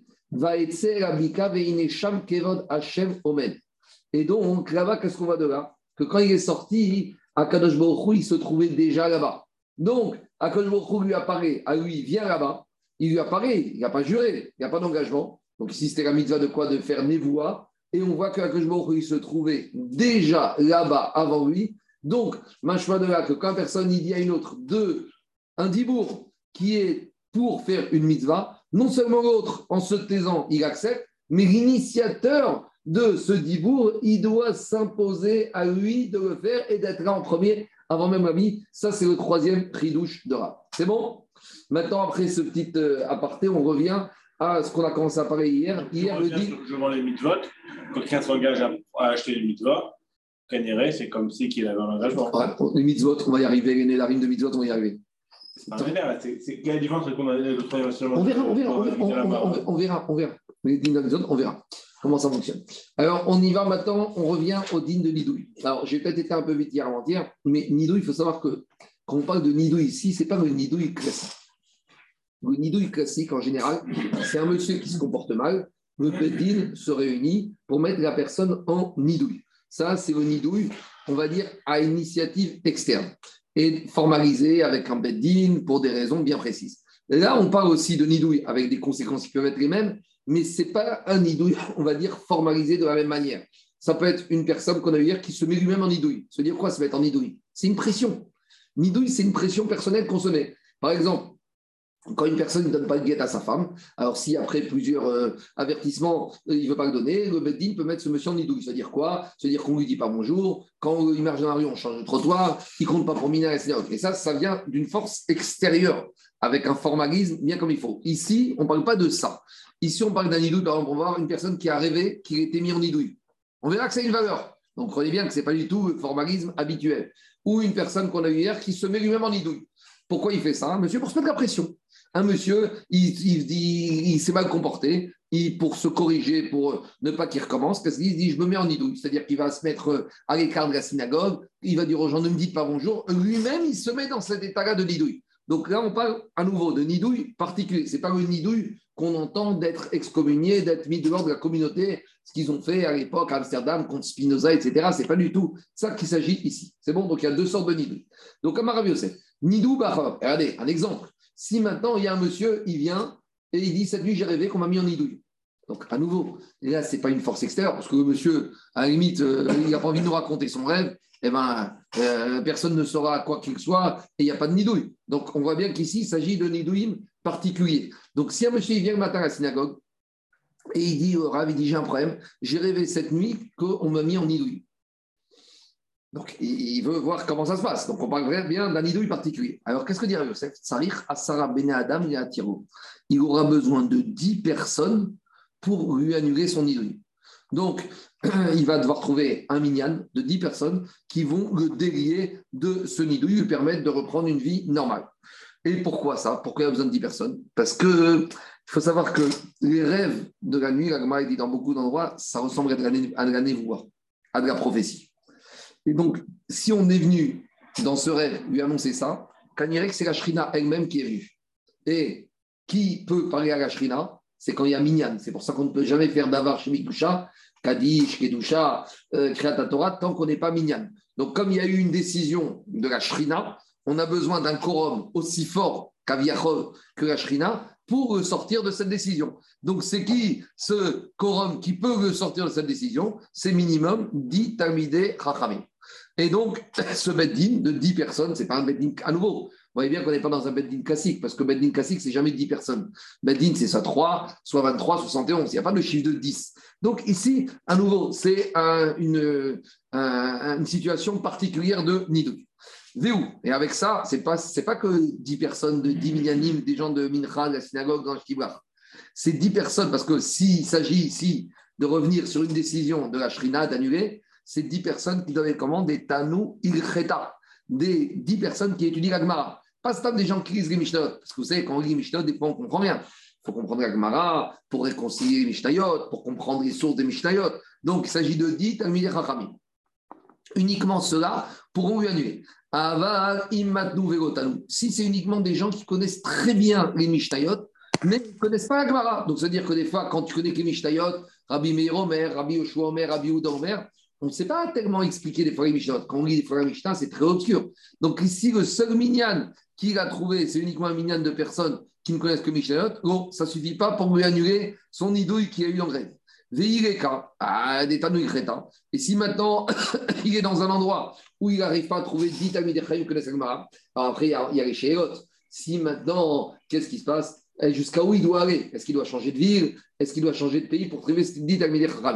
Et donc, là-bas, qu'est-ce qu'on voit de là? Que quand il est sorti, Akadosh Baruch Hu, il se trouvait déjà là-bas. Donc, Akadosh Baruch Hu lui apparaît, à lui, viens là-bas. Il lui apparaît, il n'a pas juré, il n'y a pas d'engagement. Donc, ici, c'était la mitzvah de quoi? De faire Nevoua. Et on voit qu'Akadosh Baruch Hu, il se trouvait déjà là-bas avant lui. Donc, machma de là, que quand personne il dit à une autre, de un dibour qui est pour faire une mitzvah, non seulement l'autre, en se taisant, il accepte, mais l'initiateur de ce dibour, il doit s'imposer à lui de le faire et d'être là en premier avant même la vie. Ça, c'est le troisième chidouche de Rav. C'est bon? Maintenant, après ce petit euh, aparté, on revient à ce qu'on a commencé à parler hier. Hier, je, dit... je vends les mitzvot. Quand quelqu'un s'engage à, à acheter les mitzvot, Kaniré, c'est comme si qu'il avait un engagement. Ouais, les mitzvot, on va y arriver. Les nédarim de mitzvot, on va y arriver. C'est quelle est la différence entre qu'on a le troisième seulement? On verra, on verra, on verra, on, on verra, on verra. Les dînes de on verra comment ça fonctionne. Alors, on y va maintenant, on revient au dîne de Nidouille. Alors, j'ai peut-être été un peu vite hier avant-hier, mais Nidouille, il faut savoir que quand on parle de Nidouille ici, ce n'est pas le Nidouille classique. Le Nidouille classique, en général, c'est un monsieur qui se comporte mal, le Bédine se réunit pour mettre la personne en Nidouille. Ça, c'est le Nidouille, on va dire, à initiative externe. Et formalisé avec un beddin pour des raisons bien précises. Là, on parle aussi de nidouille avec des conséquences qui peuvent être les mêmes, mais ce n'est pas un nidouille, on va dire, formalisé de la même manière. Ça peut être une personne qu'on a vu hier qui se met lui-même en nidouille. Se dire quoi, ça va être en nidouille? C'est une pression. Nidouille, c'est une pression personnelle qu'on se met. Par exemple, quand une personne ne donne pas de guette à sa femme, alors si après plusieurs euh, avertissements, euh, il ne veut pas le donner, le beddin peut mettre ce monsieur en nidouille. C'est-à-dire quoi? C'est-à-dire qu'on ne lui dit pas bonjour, quand il marche dans la rue, on change de trottoir, il ne compte pas pour mineur, et cetera. Et ça, ça vient d'une force extérieure, avec un formalisme bien comme il faut. Ici, on ne parle pas de ça. Ici, on parle d'un nidouille, par exemple, on va voir une personne qui a rêvé qu'il était mis en nidouille. On verra que ça a une valeur. Donc, prenez bien que ce n'est pas du tout le formalisme habituel. Ou une personne qu'on a eu hier qui se met lui-même en nidouille. Pourquoi il fait ça? Monsieur, pour se mettre la pression. Un monsieur, il, il, il, il s'est mal comporté, il, pour se corriger, pour ne pas qu'il recommence, parce qu'il se dit, je me mets en nidouille. C'est-à-dire qu'il va se mettre à l'écart de la synagogue, il va dire aux gens, ne me dites pas bonjour. Lui-même, il se met dans cet état-là de nidouille. Donc là, on parle à nouveau de nidouille particulier. Ce n'est pas le nidouille qu'on entend d'être excommunié, d'être mis dehors de la communauté, ce qu'ils ont fait à l'époque à Amsterdam contre Spinoza, et cetera. Ce n'est pas du tout ça qu'il s'agit ici. C'est bon? Donc il y a deux sortes de nidouille. Donc, comme Rav Yosef, nidou, bah, regardez, un exemple. Si maintenant, il y a un monsieur, il vient et il dit, cette nuit, j'ai rêvé qu'on m'a mis en nidouille. Donc, à nouveau, là, ce n'est pas une force extérieure, parce que le monsieur, à la limite, euh, il n'a pas envie de nous raconter son rêve, eh ben, euh, personne ne saura quoi qu'il soit, et il n'y a pas de nidouille. Donc, on voit bien qu'ici, il s'agit de nidouilles particuliers. Donc, si un monsieur, il vient le matin à la synagogue, Et il dit au Rav, il dit, j'ai un problème, j'ai rêvé cette nuit qu'on m'a mis en nidouille. Donc, il veut voir comment ça se passe. Donc, on parle bien d'un nidouille particulier. Alors, qu'est-ce que dit Rav Yosef? Sarich Asara Bene Adam et Atiro. Il aura besoin de dix personnes pour lui annuler son nidouille. Donc, il va devoir trouver un minyan de dix personnes qui vont le délier de ce nidouille, lui permettre de reprendre une vie normale. Et pourquoi ça? Pourquoi il y a besoin de dix personnes? Parce que il faut savoir que les rêves de la nuit, la Gemara dit dans beaucoup d'endroits, ça ressemble à de la névoie, à de la prophétie. Et donc, si on est venu dans ce rêve lui annoncer ça, Kanirek, c'est la Shrina elle-même qui est venue. Et qui peut parler à la Shrina? C'est quand il y a minyan. C'est pour ça qu'on ne peut jamais faire d'avar chez Mikdusha, Kadish, Kedusha, Kriyat Torah, tant qu'on n'est pas minyan. Donc, comme il y a eu une décision de la Shrina, on a besoin d'un quorum aussi fort qu'Aviachov, que la Shrina, pour sortir de cette décision. Donc, c'est qui ce quorum qui peut sortir de cette décision? C'est minimum dix Talmidei Chachamim. Et donc, ce beddin de dix personnes, ce n'est pas un beddin à nouveau. Vous voyez bien qu'on n'est pas dans un beddin classique, parce que beddin classique, c'est jamais dix personnes. Beddin, c'est soit trois, soit vingt-trois, soixante et onze. Il n'y a pas de chiffre de dix. Donc, ici, à nouveau, c'est un, une, un, une situation particulière de Nidouille. Véou. Et avec ça, ce n'est pas, c'est pas que dix personnes, de dix minyanim, des gens de Mincha, de la synagogue, dans le Shkibar. C'est dix personnes, parce que s'il s'agit ici de revenir sur une décision de la Shrina, d'annuler, c'est dix personnes qui doivent être comment? Des Tanou Ilcheta, des dix personnes qui étudient la Gemara. Pas seulement des gens qui lisent les Mishnayot, parce que vous savez, quand on lit les Mishnayot, des fois on ne comprend rien. Il faut comprendre la Gemara pour réconcilier les Mishnayot, pour comprendre les sources des Mishnayot. Donc il s'agit de dix Talmidei Chachamim. Uniquement ceux-là pourront lui annuler. Si c'est uniquement des gens qui connaissent très bien les Mishnayot, mais qui ne connaissent pas la Gemara. Donc, c'est-à-dire que des fois, quand tu connais les Mishnayot, Rabbi Meir Omer, Rabbi Yoshua Omer, Rabbi Yehuda Omer, on ne sait pas tellement expliquer des fois les Mishnayot. Quand on lit des fois les Mishnayot, c'est très obscur. Donc, ici, le seul minyan qu'il a trouvé, c'est uniquement un minyan de personnes qui ne connaissent que Mishnayot. Bon, ça ne suffit pas pour lui annuler son nidouille qu'il a eu en grève. Veileka, ah, des Tanouï Kreta. Et si maintenant, il est dans un endroit où il n'arrive pas à trouver dix Talmidei Chachamim qui connaissent la Gemara, alors après, il y a, il y a les Sheelot. Si maintenant, qu'est-ce qui se passe? Jusqu'à où il doit aller? Est-ce qu'il doit changer de ville? Est-ce qu'il doit changer de pays pour trouver dix Talmidei Chachamim?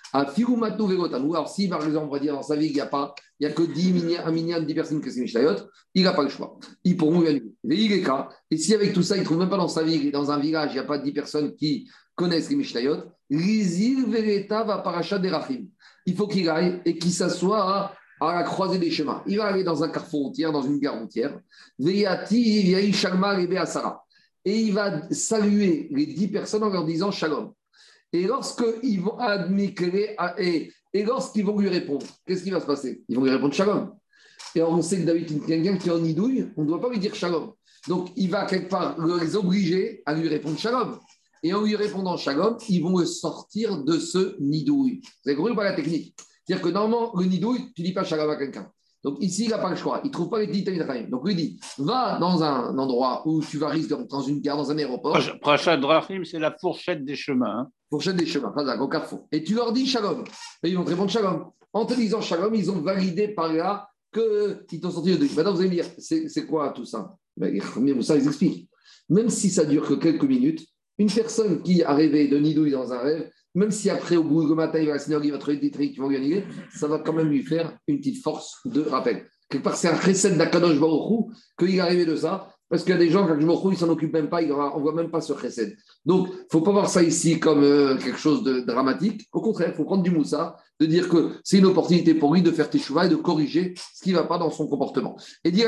Alors, si par exemple, on va dire dans sa ville, il n'y a pas, il n'y a que dix un minyan de dix personnes qui connaissent Mishnayot, il n'a pas le choix. Ils pourront lui annuler. Veileka. Et si avec tout ça, il ne trouve même pas dans sa ville et dans un village, il n'y a pas dix personnes qui connaissent les Mishnayot, Rizil Vereta va parachat des Rachim. Il faut qu'il aille et qu'il s'assoie à, à la croisée des chemins. Il va aller dans un carrefour routier, dans une gare routière. Veyati Viaï Shalma Rebe Asara. Et il va saluer les dix personnes en leur disant Shalom. Et lorsqu'ils vont admirer, et, et lorsqu'ils vont lui répondre, qu'est-ce qui va se passer? Ils vont lui répondre Shalom. Et alors on sait que David, quelqu'un qui est en nidouille, on ne doit pas lui dire Shalom. Donc il va quelque part les obliger à lui répondre Shalom. Et en lui répondant Shalom, ils vont le sortir de ce nidouille. Vous avez compris ou pas la technique? C'est-à-dire que normalement, le nidouille, tu ne dis pas Shalom à quelqu'un. Donc ici, il n'a pas le choix. Il ne trouve pas les dix Talmidei Chachamim. Donc lui dit, va dans un endroit où tu vas risquer, dans une gare, dans un aéroport. Parachat Drachim, c'est la fourchette des chemins. Hein. Fourchette des chemins, pas au carrefour. Et tu leur dis Shalom. Et ils vont te répondre Shalom. En te disant Shalom, ils ont validé par là qu'ils t'ont sorti de nidouille. Maintenant, vous allez me dire, c'est, c'est quoi tout ça? Ben, ça, ils expliquent. Même si ça dure que quelques minutes, une personne qui a rêvé de nidouille dans un rêve, même si après, au bout du matin, il va à la synagogue, il va trouver des trucs qui vont lui annuler, ça va quand même lui faire une petite force de rappel. Quelque part, c'est un chesed d'Akadosh Baruch Hu qu'il est arrivé de ça, parce qu'il y a des gens, quand je me retrouve, ils ne s'en occupent même pas, on ne voit même pas ce chesed. Donc, il ne faut pas voir ça ici comme euh, quelque chose de dramatique. Au contraire, il faut prendre du moussa, de dire que c'est une opportunité pour lui de faire teshuva et de corriger ce qui ne va pas dans son comportement. Et dire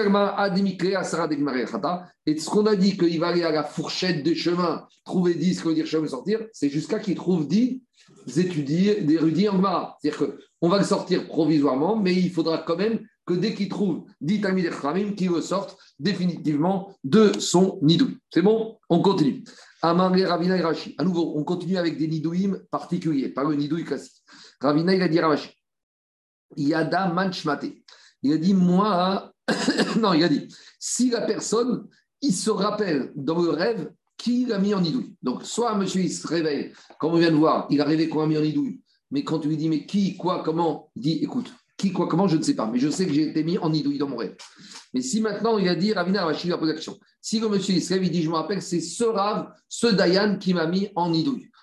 et ce qu'on a dit qu'il va aller à la fourchette des chemins, trouver dix, ce que veut dire chemin sortir, c'est jusqu'à qu'il trouve dix étudiés, des érudits en Gemara. C'est-à-dire qu'on va le sortir provisoirement, mais il faudra quand même que dès qu'il trouve dix Talmidei Chachamim, qu'il le sorte définitivement de son nidouille. C'est bon? On continue. Amaré Ravina et Rashi. À nouveau, on continue avec des nidouïm particuliers, pas le nidouille classique. Ravina, il a dit Rashi. Yada manchmate. Il a dit, moi, non, il a dit, si la personne, il se rappelle dans le rêve qui l'a mis en nidouille. Donc, soit un monsieur, il se réveille, comme on vient de voir, il a rêvé qu'on l'a mis en nidouille. Mais quand tu lui dis, mais qui, quoi, comment, il dit, écoute, qui, quoi, comment, je ne sais pas, mais je sais que j'ai été mis en nidouille dans mon rêve. Mais si maintenant, il a dit, Ravina Rashi lui a posé la question. Si le monsieur, il se réveille, il dit, je me rappelle, c'est ce Rav, ce Dayan qui m'a mis en nidouille.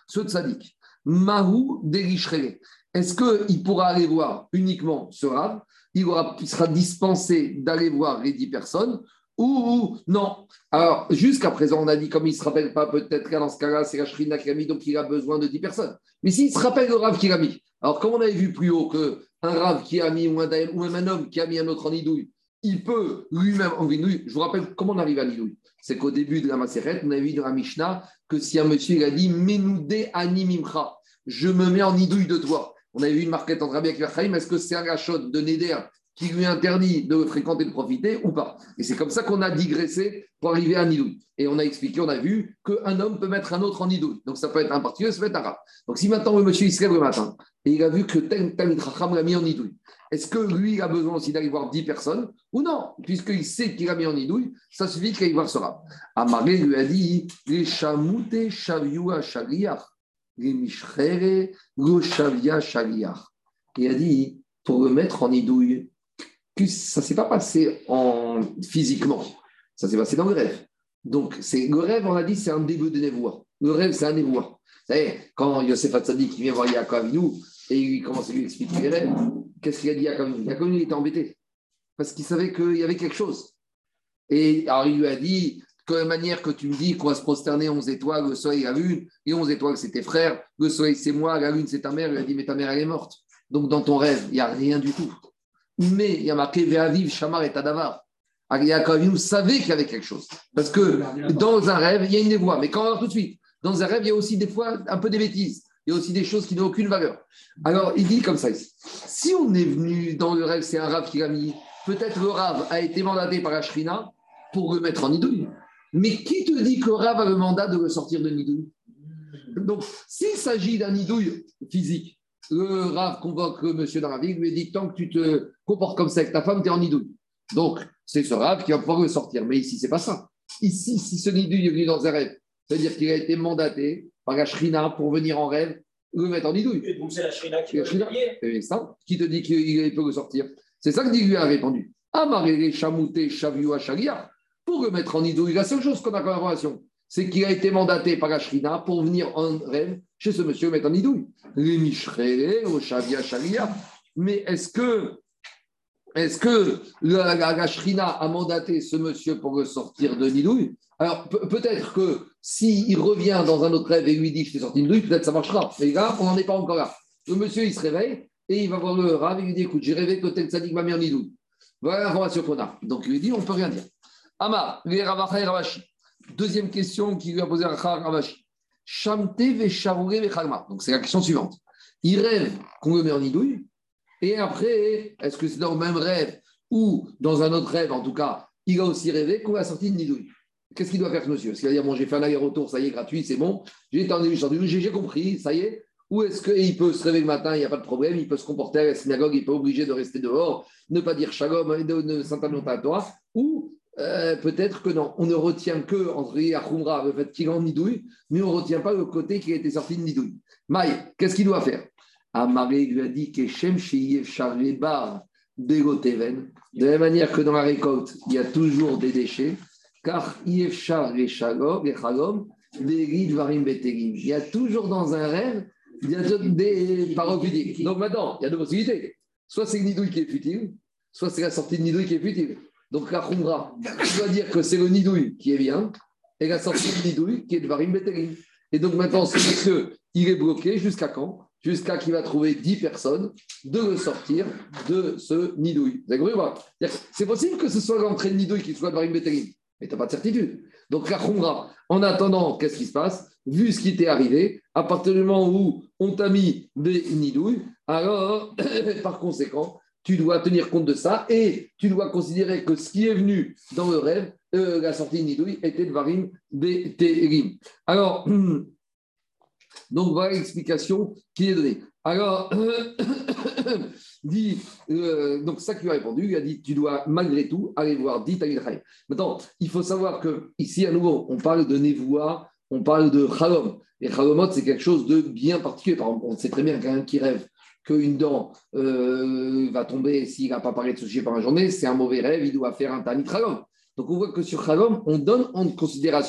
ce tzaddik. Mahou Derichrele. Est-ce qu'il pourra aller voir uniquement ce Rav? Il, aura, il sera dispensé d'aller voir les dix personnes ou, ou non? Alors, jusqu'à présent, on a dit, comme il ne se rappelle pas, peut-être qu'à dans ce cas-là, c'est la Shrina qui a mis, donc il a besoin de dix personnes. Mais s'il se rappelle le Rav qu'il a mis, alors comme on avait vu plus haut qu'un Rav qui a mis ou un, ou un homme qui a mis un autre en nidouille, il peut lui-même en nidouille. Je vous rappelle comment on arrive à nidouille. C'est qu'au début de la Maseret, on avait vu dans la Mishnah que si un monsieur il a dit Menoudé animimcha, je me mets en nidouille de toi. On avait vu une marquette entre Rabbi Akiva Chaim, est-ce que c'est un rachot de Neder qui lui interdit de fréquenter, de profiter ou pas? Et c'est comme ça qu'on a digressé pour arriver à nidouille. Et on a expliqué, on a vu qu'un homme peut mettre un autre en nidouille. Donc ça peut être un particulier, ça peut être un arabe. Donc si maintenant le monsieur il se lève le matin et il a vu que tel Talmid Chacham l'a mis en nidouille, est-ce que lui il a besoin aussi d'aller voir dix personnes ou non? Puisqu'il sait qu'il a mis en nidouille, ça suffit qu'il aille voir ce arabe. Amaré lui a dit les chamouté shavioua shaliach. Les Mishrere, Goshavia, Shaliach. Il a dit, pour le mettre en nidouille, que ça ne s'est pas passé en... physiquement, ça s'est passé dans le rêve. Donc, c'est... le rêve, on a dit, c'est un début de névoie. Le rêve, c'est un névoie. Vous savez, quand Yosef Hatzadik qui vient voir Yaakov Avinu et il commence à lui expliquer les rêves, qu'est-ce qu'il a dit Yaakov Avinu? Yaakov Avinu, il était embêté parce qu'il savait qu'il y avait quelque chose. Et alors, il lui a dit, de la manière que tu me dis qu'on va se prosterner onze étoiles, le soleil, la lune, et onze étoiles, c'est tes frères, le soleil, c'est moi, la lune, c'est ta mère. Il a dit, mais ta mère, elle est morte. Donc, dans ton rêve, il n'y a rien du tout. Mais il y a marqué Ve'aviv, Shamar et Tadavar. Yaakov Avinu savait qu'il y avait quelque chose. Parce que dans un rêve, il y a une névoie. Mais quand on va voir tout de suite, dans un rêve, il y a aussi des fois un peu des bêtises. Il y a aussi des choses qui n'ont aucune valeur. Alors, il dit comme ça ici. Si on est venu dans le rêve, c'est un Rav qui l'a mis, peut-être le Rav a été mandaté par la Shrina pour le mettre en nidouille. Mais qui te dit que le Rav a le mandat de le sortir de nidouille? Donc, s'il s'agit d'un nidouille physique, le Rav convoque le monsieur dans la ville, lui dit tant que tu te comportes comme ça avec ta femme, tu es en nidouille. Donc, c'est ce Rav qui va pouvoir le sortir. Mais ici, ce n'est pas ça. Ici, si ce nidouille est venu dans un rêve, c'est-à-dire qu'il a été mandaté par la Shrina pour venir en rêve, le mettre en nidouille. Et donc, c'est la Shrina qui va le ça, qui te dit qu'il peut le sortir? C'est ça que lui a répondu. Amarele chamouté chavioua shalia. Pour le mettre en nidouille, la seule chose qu'on a comme information, c'est qu'il a été mandaté par la Shrina pour venir en rêve chez ce monsieur mettre en nidouille. Les Mishrele, au Shavia Shalia. Mais est-ce que, est-ce que la, la, la Shrina a mandaté ce monsieur pour le sortir de nidouille? Alors pe- peut-être que s'il revient dans un autre rêve et lui dit je t'ai sorti de nidouille, peut-être ça marchera. Mais là, on n'en est pas encore là. Le monsieur, il se réveille et il va voir le Rav et il lui dit écoute, j'ai rêvé que tel Tzadik m'a mis en nidouille. Voilà l'information qu'on a. Donc il lui dit on ne peut rien dire. Amar, les Ravacha et Ravashi. Deuxième question qu'il lui a posée à Ravashi. Shamte vesharoure vechalma. Donc c'est la question suivante. Il rêve qu'on le met en nidouille, et après, est-ce que c'est dans le même rêve ou dans un autre rêve, en tout cas, il a aussi rêvé qu'on l'a sorti de nidouille? Qu'est-ce qu'il doit faire ce monsieur? Est-ce qu'il va dire bon, j'ai fait un aller-retour, ça y est, gratuit, c'est bon, j'ai été en nidouille, j'ai compris, ça y est? Ou est-ce qu'il peut se réveiller le matin, il n'y a pas de problème, il peut se comporter à la synagogue, il n'est pas obligé de rester dehors, ne pas dire shalom, de, de s'interner à toi, ou Euh, peut-être que non, on ne retient que, entre guillemets, à Khumra, le fait qu'il est en nidouille, mais on ne retient pas le côté qui a été sorti de nidouille. Maï, qu'est-ce qu'il doit faire? Amaré lui a dit que Shem Sheyev Charlebar Begoteven, de la même manière que dans la récolte, il y a toujours des déchets, car Yev Char les Chalom, des Varim Betegim. Il y a toujours dans un rêve, il y a des paroles pudiques. Donc maintenant, il y a deux possibilités. Soit c'est le nidouille qui est futile, soit c'est la sortie de nidouille qui est futile. Donc la Khumra, je dois dire que c'est le nidouille qui est bien, et la sortie de nidouille qui est de Varim Betegim. Et donc maintenant, ce monsieur, il est bloqué jusqu'à quand? Jusqu'à qu'il va trouver dix personnes de le sortir de ce nidouille. Vous avez compris ou pas? C'est possible que ce soit l'entrée de nidouille qui soit de Varim Betegim, mais tu n'as pas de certitude. Donc la Khumra, en attendant, qu'est-ce qui se passe? Vu ce qui t'est arrivé, à partir du moment où on t'a mis des nidouilles, alors, par conséquent, tu dois tenir compte de ça et tu dois considérer que ce qui est venu dans le rêve, euh, la sortie de nidouille, était de Varim Betegim. Alors, donc voilà l'explication qui est donnée. Alors, dit, euh, donc ça qui lui a répondu, il a dit tu dois malgré tout aller voir dit Talmid Chacham. Maintenant, il faut savoir que ici à nouveau, on parle de névoie, on parle de chalom. Et chalomot, c'est quelque chose de bien particulier. Par exemple, on sait très bien qu'un qui rêve qu'une dent euh, va tomber s'il n'a pas parlé de ce sujet pendant la journée, c'est un mauvais rêve, il doit faire un Talmid Chacham. Donc on voit que sur chalom, on donne en considération.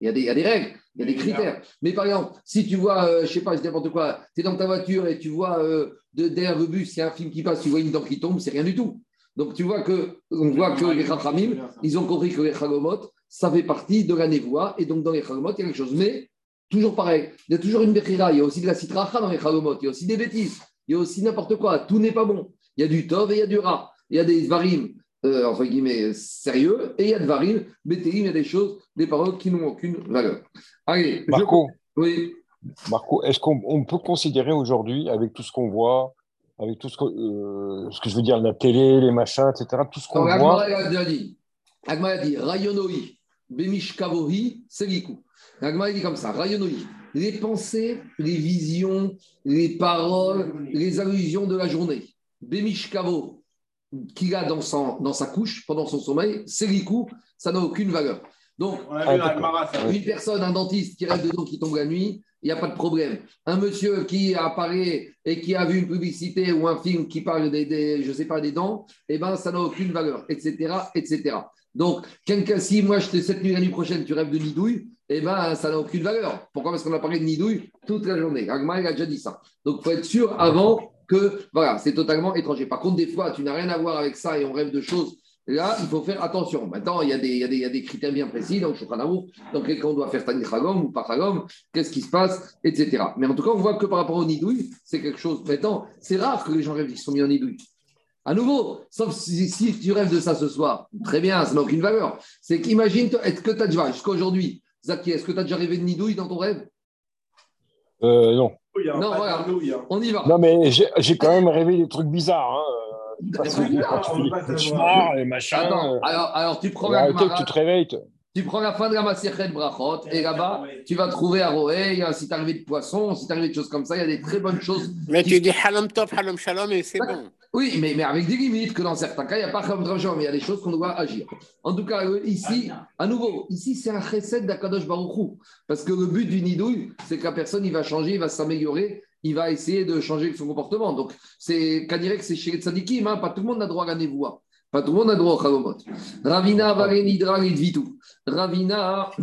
Il y a des, il y a des règles, il y a des critères. Mais par exemple, si tu vois, euh, je ne sais pas, je dis n'importe quoi, tu es dans ta voiture et tu vois euh, de, derrière le bus, il y a un film qui passe, tu vois une dent qui tombe, c'est rien du tout. Donc tu vois que, on voit que les Chachamim, ils ont compris que les Chagomot, ça fait partie de la névoie, et donc dans les Chagomot, il y a quelque chose. Mais toujours pareil, il y a toujours une Bechira, il y a aussi de la Sitracha dans les Chagomot, il y a aussi des bêtises, il y a aussi n'importe quoi, tout n'est pas bon. Il y a du Tov et il y a du Ra, il y a des Varim, euh, entre guillemets, sérieux, et il y a de Varim, Bétérim, il y a des choses, des paroles qui n'ont aucune valeur. Allez, Marco, je... oui. Marco, est-ce qu'on on peut considérer aujourd'hui, avec tout ce qu'on voit, avec tout ce que, euh, ce que je veux dire, la télé, les machins, et cetera, tout ce qu'on Alors, voit. Agmara a déjà dit, Agmara a dit, Rayonoi, Bemishkavohi, Seliku. Agmara a dit comme ça, Rayonoi, les pensées, les visions, les paroles, les allusions de la journée. Bemishkavo, qu'il a dans, son, dans sa couche, pendant son sommeil, Seliku, ça n'a aucune valeur. Donc, une personne, un dentiste qui rêve de dents qui tombe la nuit, il n'y a pas de problème. Un monsieur qui apparaît et qui a vu une publicité ou un film qui parle des, des je sais pas, des dents, eh ben, ça n'a aucune valeur, et cetera, et cetera. Donc, quelqu'un, si moi, je te, cette nuit, la nuit prochaine, tu rêves de nidouille, eh ben, ça n'a aucune valeur. Pourquoi ? Parce qu'on a parlé de nidouille toute la journée. Agma, il a déjà dit ça. Donc, il faut être sûr avant que, voilà, c'est totalement étranger. Par contre, des fois, tu n'as rien à voir avec ça et on rêve de choses. Là, il faut faire attention. Maintenant, il y a des, il y a des, il y a des critères bien précis. Donc, Shulchan Aruch, donc quand on doit faire Tani Chagom ou pas Chagom, qu'est-ce qui se passe, et cetera. Mais en tout cas, on voit que par rapport au nidouille, c'est quelque chose. Maintenant, c'est rare que les gens rêvent qu'ils sont mis en nidouille. À nouveau, sauf si, si tu rêves de ça ce soir, très bien, ça n'a aucune valeur. C'est qu'imagine, est-ce que tu as déjà, jusqu'à aujourd'hui, Zaki, est-ce que tu as déjà rêvé de nidouille dans ton rêve ? euh, Non. Non, voilà, on y va. Non, mais j'ai, j'ai quand même rêvé des trucs bizarres. Hein. Parce que quand tu fais des cauchemars, les machins. Attends, alors, alors tu prends la la tu te réveilles. Te... Tu prends la fin de la Masechet Brachot et là-bas, tu vas trouver à Roé, si tu arrivé de poisson, si tu arrivé de choses comme ça, il y a des très bonnes choses. Mais tu dis Halam Tov, Halam Shalom et c'est bon. Oui, mais, mais avec des limites, que dans certains cas, il n'y a pas comme Halam mais il y a des choses qu'on doit agir. En tout cas, ici, à nouveau, ici, c'est un chesed d'Akadosh Baruch Hu. Parce que le but du nidouille, c'est que la personne, il va changer, il va s'améliorer, il va essayer de changer son comportement. Donc, c'est qu'à dire que c'est chez les tzadikim, hein, pas tout le monde n'a droit à la névoie. Pas tout le monde a droit au Chalomot. Ravina Varenidra Lidvitu. Ravina,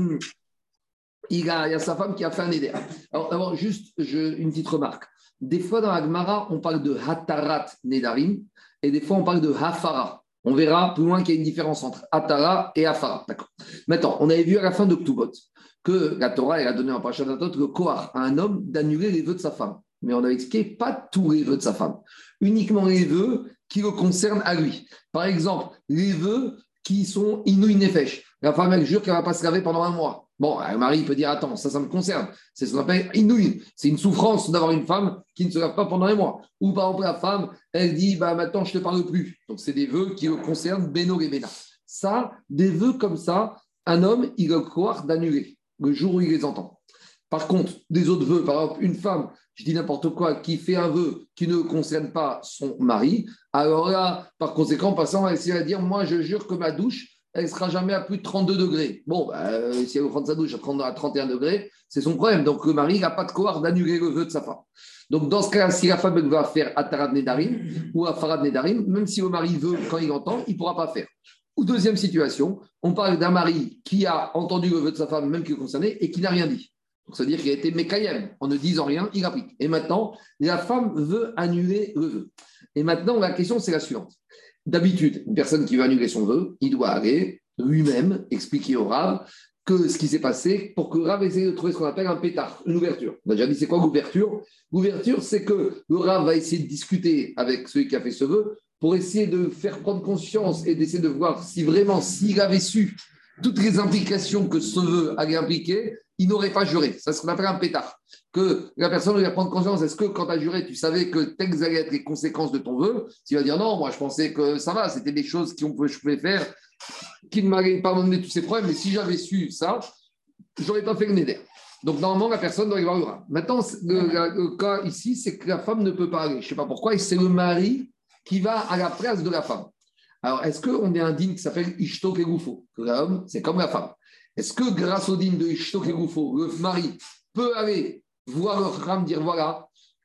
il y, a, il y a sa femme qui a fait un éder. Alors, d'abord, juste je, une petite remarque. Des fois, dans la Gemara, on parle de Hatarat Nedarim et des fois, on parle de Hafara. On verra plus loin qu'il y a une différence entre Hatara et Hafara. D'accord. Maintenant, on avait vu à la fin de Ktubot que la Torah, elle a donné en Parashat Hatot le Kohar à un homme d'annuler les vœux de sa femme. Mais on a expliqué pas tous les vœux de sa femme, uniquement les vœux qui le concernent à lui. Par exemple, les vœux qui sont inouï nefesh. La femme, elle jure qu'elle ne va pas se laver pendant un mois. Bon, le mari peut dire, attends, ça, ça me concerne. C'est ce qu'on appelle inouï. C'est une souffrance d'avoir une femme qui ne se lave pas pendant un mois. Ou par exemple, la femme, elle dit, bah, maintenant, je ne te parle plus. Donc, c'est des vœux qui le concernent, Beno et Bena. Ça, des vœux comme ça, un homme, il a le pouvoir d'annuler le jour où il les entend. Par contre, des autres vœux, par exemple, une femme, je dis n'importe quoi, qui fait un vœu qui ne concerne pas son mari, alors là, par conséquent, passant, elle essaie de dire, moi, je jure que ma douche, elle ne sera jamais à plus de trente-deux degrés. Bon, bah, si elle veut prendre sa douche à trente et un degrés, c'est son problème. Donc, le mari n'a pas de pouvoir d'annuler le vœu de sa femme. Donc, dans ce cas, si la femme va faire Atarat Nedarim ou Afarat Nedarim, même si le mari veut, quand il entend, il ne pourra pas faire. Ou deuxième situation, on parle d'un mari qui a entendu le vœu de sa femme, même qui est concerné, et qui n'a rien dit. Donc, ça veut dire qu'il a été mékayem. En ne disant rien, il applique. Et maintenant, la femme veut annuler le vœu. Et maintenant, la question, c'est la suivante. D'habitude, une personne qui veut annuler son vœu, il doit aller lui-même expliquer au Rav que ce qui s'est passé pour que le Rav essaye de trouver ce qu'on appelle un pétard, une ouverture. On a déjà dit, c'est quoi l'ouverture ? L'ouverture, c'est que le Rav va essayer de discuter avec celui qui a fait ce vœu pour essayer de faire prendre conscience et d'essayer de voir si vraiment, s'il avait su toutes les implications que ce vœu allait impliquer, il n'aurait pas juré. C'est ce qu'on appelle un pétard. Que la personne va prendre conscience, est-ce que quand tu as juré, tu savais que telles allaient être les conséquences de ton vœu ? S'il va dire non, moi je pensais que ça va, c'était des choses qu'on pouvait, je pouvais faire, qui ne m'allaient pas donné tous ces problèmes, mais si j'avais su ça, je n'aurais pas fait le néder. Donc normalement, la personne doit y voir le Rav. Maintenant, le, le, le cas ici, c'est que la femme ne peut pas aller. Je ne sais pas pourquoi, et c'est le mari qui va à la place de la femme. Alors, est-ce qu'on est un dîne qui s'appelle Ishto Kegoufo ? L'homme, c'est comme la femme. Est-ce que grâce au dîne de Ishto Kegoufo, le mari peut aller voir le Kham dire voilà,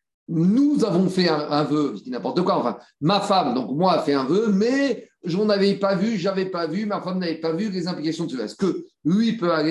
nous avons fait un, un vœu, je dis n'importe quoi, enfin, ma femme, donc moi, a fait un vœu, mais je n'en avais pas vu, j'avais pas vu, ma femme n'avait pas vu les implications de cela. Est-ce que lui peut aller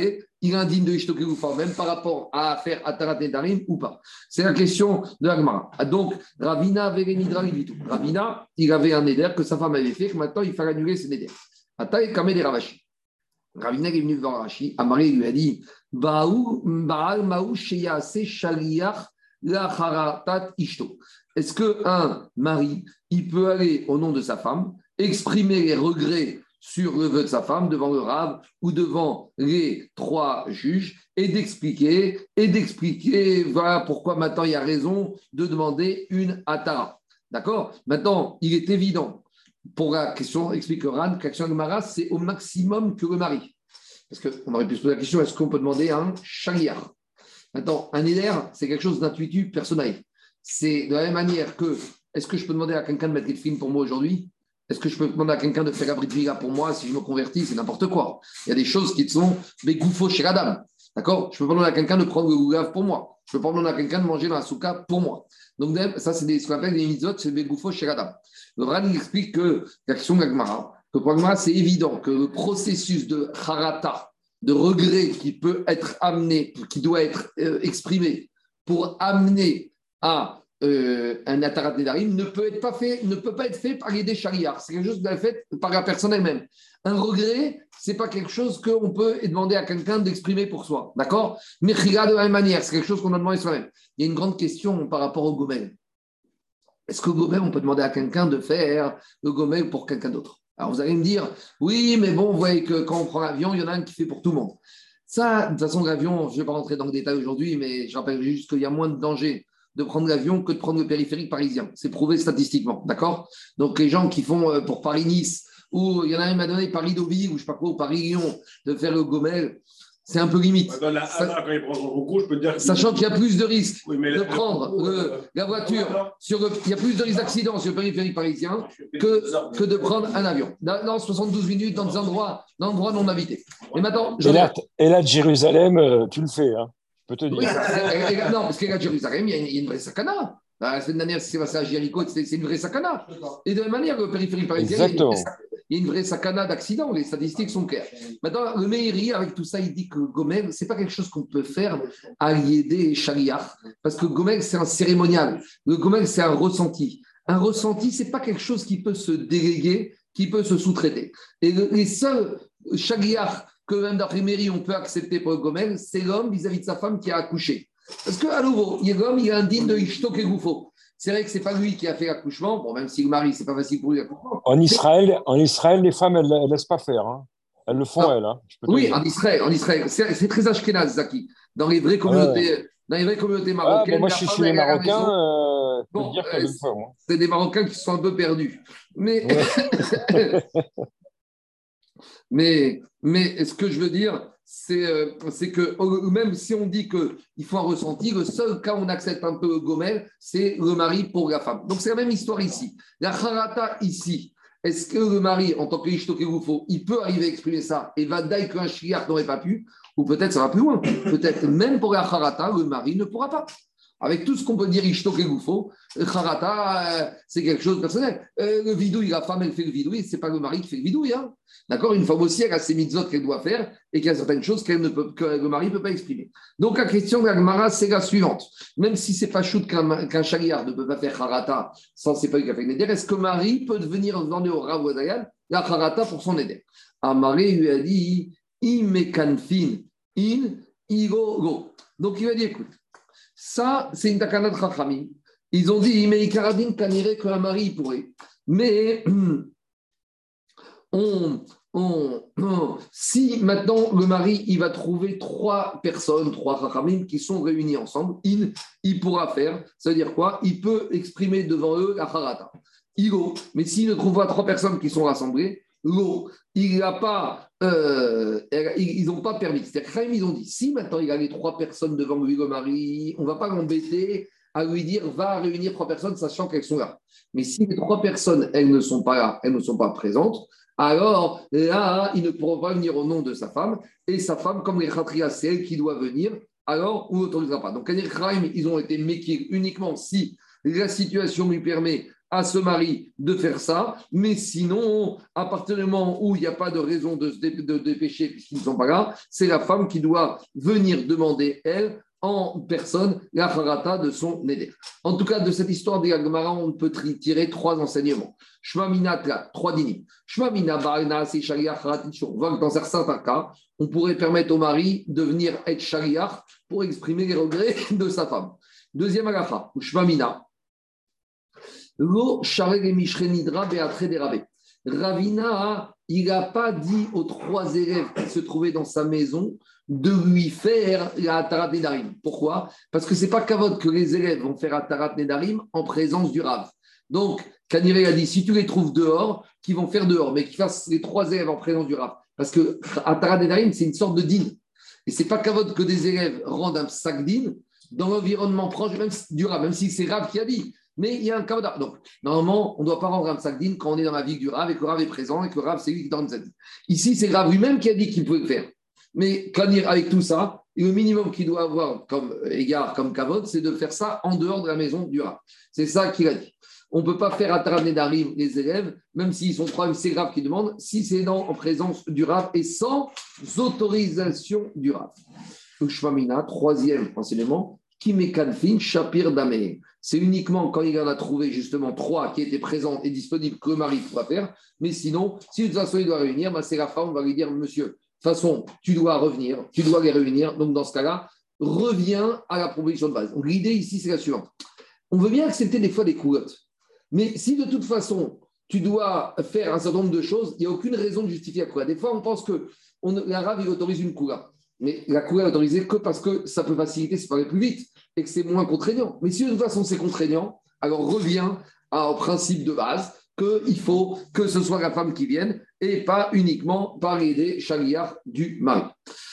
il est indigne de Ishto Kegufa, même par rapport à faire Atarat Nedarim ou pas. C'est la question de la Gemara. Donc, Ravina avait les Nidrarim du tout. Ravina, il avait un Neder que sa femme avait fait, que maintenant il fallait annuler ce Neder. Ataï Kamé des Ravashi. Ravina est venu voir Rashi. Amaré lui a dit Baal Maou Sheyase Shaliach La Haratat Ishto. Est-ce qu'un mari, il peut aller au nom de sa femme, exprimer les regrets sur le vœu de sa femme devant le Rav ou devant les trois juges et d'expliquer, et d'expliquer voilà pourquoi maintenant il y a raison de demander une atara. D'accord ? Maintenant, il est évident, pour la question, explique Ran, que l'action de Mara, c'est au maximum que le mari. Parce qu'on aurait pu se poser la question, est-ce qu'on peut demander un shaliar ? Maintenant, un éder, c'est quelque chose d'intuitif, personnel. C'est de la même manière que, est-ce que je peux demander à quelqu'un de mettre les films pour moi aujourd'hui ? Est-ce que je peux demander à quelqu'un de faire la brit mila pour moi si je me convertis? C'est n'importe quoi. Il y a des choses qui sont des gouffos chez la dame. D'accord? Je peux pas demander à quelqu'un de prendre le gougave pour moi. Je peux pas demander à quelqu'un de manger dans la souka pour moi. Donc, ça, c'est des, ce qu'on appelle des mitzvot, c'est des gouffos chez la dame. Le Ran explique que l'action de la Gemara, que pour la Gemara, c'est évident que le processus de harata, de regret qui peut être amené, qui doit être euh, exprimé pour amener à Euh, un atarat nedarim ne peut être pas fait, ne peut pas être fait par les déchariards. C'est quelque chose qui doit être fait par la personne elle-même. Un regret, c'est pas quelque chose qu'on peut demander à quelqu'un d'exprimer pour soi, d'accord? Mais de la même manière, c'est quelque chose qu'on doit demander soi-même. Il y a une grande question par rapport au gomel. Est-ce que le gomel, on peut demander à quelqu'un de faire le gomel pour quelqu'un d'autre? Alors vous allez me dire, oui, mais bon, vous voyez que quand on prend l'avion, il y en a un qui fait pour tout le monde. Ça, de toute façon, l'avion, je ne vais pas rentrer dans le détail aujourd'hui, mais je rappelle juste qu'il y a moins de danger de prendre l'avion que de prendre le périphérique parisien. C'est prouvé statistiquement, d'accord? Donc, les gens qui font euh, pour Paris-Nice, ou il y en a même à donner Paris-Deauville, ou je ne sais pas quoi, ou Paris-Lyon, de faire le Gomel, c'est un peu limite. Dans la Ça, quand ils prendront beaucoup, je peux te dire. Sachant qu'il y a plus de risques oui, de le, prendre le, le, la voiture, sur le, il y a plus de risques d'accident sur le périphérique parisien que, que de prendre un avion. Dans, dans soixante-douze minutes, dans des endroits, dans des endroits non habités. Et maintenant, je et, là, et là, de Jérusalem, tu le fais, hein. Je peux te dire. Oui, et, et, non, parce qu'à Jérusalem, il y, a une, il y a une vraie sakana. La semaine dernière, c'est passé à Jéricho, c'est, c'est une vraie sakana. Et de la même manière, le périphérique parisien, il y, il y a une vraie sakana d'accident. Les statistiques sont claires. Maintenant, le Meiri, avec tout ça, il dit que Gomel, ce n'est pas quelque chose qu'on peut faire à Yédé et Shaliach. Parce que Gomel, c'est un cérémonial. Le Gomel, c'est un ressenti. Un ressenti, ce n'est pas quelque chose qui peut se déléguer, qui peut se sous-traiter. Et le, les seuls Shaliach que même d'après Méry, on peut accepter pour le Gomel, c'est l'homme vis-à-vis de sa femme qui a accouché. Parce qu'à nouveau, l'homme, il est indigne de Ishto Kegoufo. C'est vrai que ce n'est pas lui qui a fait l'accouchement, bon, même si le mari, ce n'est pas facile pour lui l'accouchement. En Israël, en Israël, les femmes, elles ne laissent pas faire. Hein. Elles le font, ah, elles. Hein, je peux oui, en Israël, en Israël. C'est, c'est très ashkénaze, Zaki. Dans les vraies communautés, ah, dans les vraies communautés marocaines. Ah, bon, moi, je suis chez les Marocains. Euh, bon, dire euh, c'est, fois, c'est des Marocains qui sont un peu perdus. Mais. Ouais. Mais, mais ce que je veux dire, c'est, euh, c'est que même si on dit qu'il faut un ressenti, le seul cas où on accepte un peu le gomel, c'est le mari pour la femme. Donc c'est la même histoire ici. La harata ici, est-ce que le mari, en tant que ishto kegoufo, il peut arriver à exprimer ça et va dire qu'un shliach n'aurait pas pu, ou peut-être ça va plus loin. Peut-être même pour la harata, le mari ne pourra pas. Avec tout ce qu'on peut dire ishto kegoufo, harata, euh, c'est quelque chose de personnel. Euh, le vidouille, la femme, elle fait le vidouille, c'est pas le mari qui fait le vidouille. Hein. D'accord? Une femme aussi, elle a ses mitzvot qu'elle doit faire et qu'il y a certaines choses qu'elle ne peut, que le mari ne peut pas exprimer. Donc la question de la Gemara, c'est la suivante. Même si c'est pas choute qu'un, qu'un chaliard ne peut pas faire harata sans c'est pas lui qui a fait l'éder, est-ce que le mari peut venir demander au Rav Wadayan la harata pour son éder? Amaré lui a dit imekanfin in igo go. Donc il a dit écoute, ça c'est une takana de Chachamim. Ils ont dit imeikaradin kanire que un mari pourrait. Mais On, on, on, si maintenant le mari il va trouver trois personnes, trois rachamim qui sont réunis ensemble, il, il pourra faire, ça veut dire quoi? Il peut exprimer devant eux la harata. Igo, mais s'il ne trouve pas trois personnes qui sont rassemblées, l'eau, il n'a pas, euh, ils n'ont pas permis. C'est-à-dire que ils ont dit, si maintenant il a les trois personnes devant lui, le mari, on ne va pas l'embêter à lui dire va réunir trois personnes sachant qu'elles sont là. Mais si les trois personnes, elles ne sont pas là, elles ne sont pas présentes, alors là, il ne pourra pas venir au nom de sa femme, et sa femme, comme les khatria, c'est elle qui doit venir, alors on n'autorisera pas. Donc, ils ont été mékir uniquement si la situation lui permet à ce mari de faire ça, mais sinon, à partir du moment où il n'y a pas de raison de se dé- de dépêcher puisqu'ils ne sont pas là, c'est la femme qui doit venir demander, elle, en personne, la harata de son neder. En tout cas, de cette histoire de la Gemara, on peut tri- tirer trois enseignements. Shema minat, trois dinim. Shema mina ba'alna, c'est shaliach haratichur. On voit que dans certains cas, on pourrait permettre au mari de venir être shaliach pour exprimer les regrets de sa femme. Deuxième halacha, Shema mina. Lo shareg mishnidra be'atre derabé. Ravina, il n'a pas dit aux trois élèves qui se trouvaient dans sa maison de lui faire la Atarat Nedarim. Pourquoi ? Parce que ce n'est pas kavod que les élèves vont faire Atarat Nedarim en présence du Rav. Donc, Kaniré a dit, si tu les trouves dehors, qu'ils vont faire dehors, mais qu'ils fassent les trois élèves en présence du Rav. Parce que Atarat Nedarim, c'est une sorte de din. Et ce n'est pas kavod que des élèves rendent un sac din dans l'environnement proche même du Rav, même si c'est Rav qui a dit. Mais il y a un kavod. Donc, normalement, on ne doit pas rendre un sac din quand on est dans la vie du Rav et que le Rav est présent et que le Rav, c'est lui qui donne sa din. Ici, c'est le Rav lui-même qui a dit qu'il pouvait le faire. Mais Kanir, avec tout ça, le minimum qu'il doit avoir comme égard, comme kavod, c'est de faire ça en dehors de la maison du Rav. C'est ça qu'il a dit. On ne peut pas faire Atarat Nedarim les élèves, même s'ils sont trois, c'est grave qu'ils demandent, si c'est dans, en présence du Rav et sans autorisation du Rav. Shmamina, troisième enseignement, Kimekanfin Shapir Dameh. C'est uniquement quand il en a trouvé justement trois qui étaient présents et disponibles que le mari pourra faire. Mais sinon, si de toute façon il doit réunir, bah c'est la femme, on va lui dire, monsieur, de toute façon, tu dois revenir, tu dois les réunir. Donc dans ce cas-là, reviens à la proposition de base. Donc l'idée ici, c'est la suivante. On veut bien accepter des fois des coulottes. Mais si de toute façon, tu dois faire un certain nombre de choses, il n'y a aucune raison de justifier la coula. Des fois, on pense que on, l'arabe, il autorise une coula. Mais la coula est autorisée que parce que ça peut faciliter, ça peut aller plus vite et que c'est moins contraignant. Mais si de toute façon, c'est contraignant, alors reviens au principe de base qu'il faut que ce soit la femme qui vienne et pas uniquement par l'aider shaliach du mari.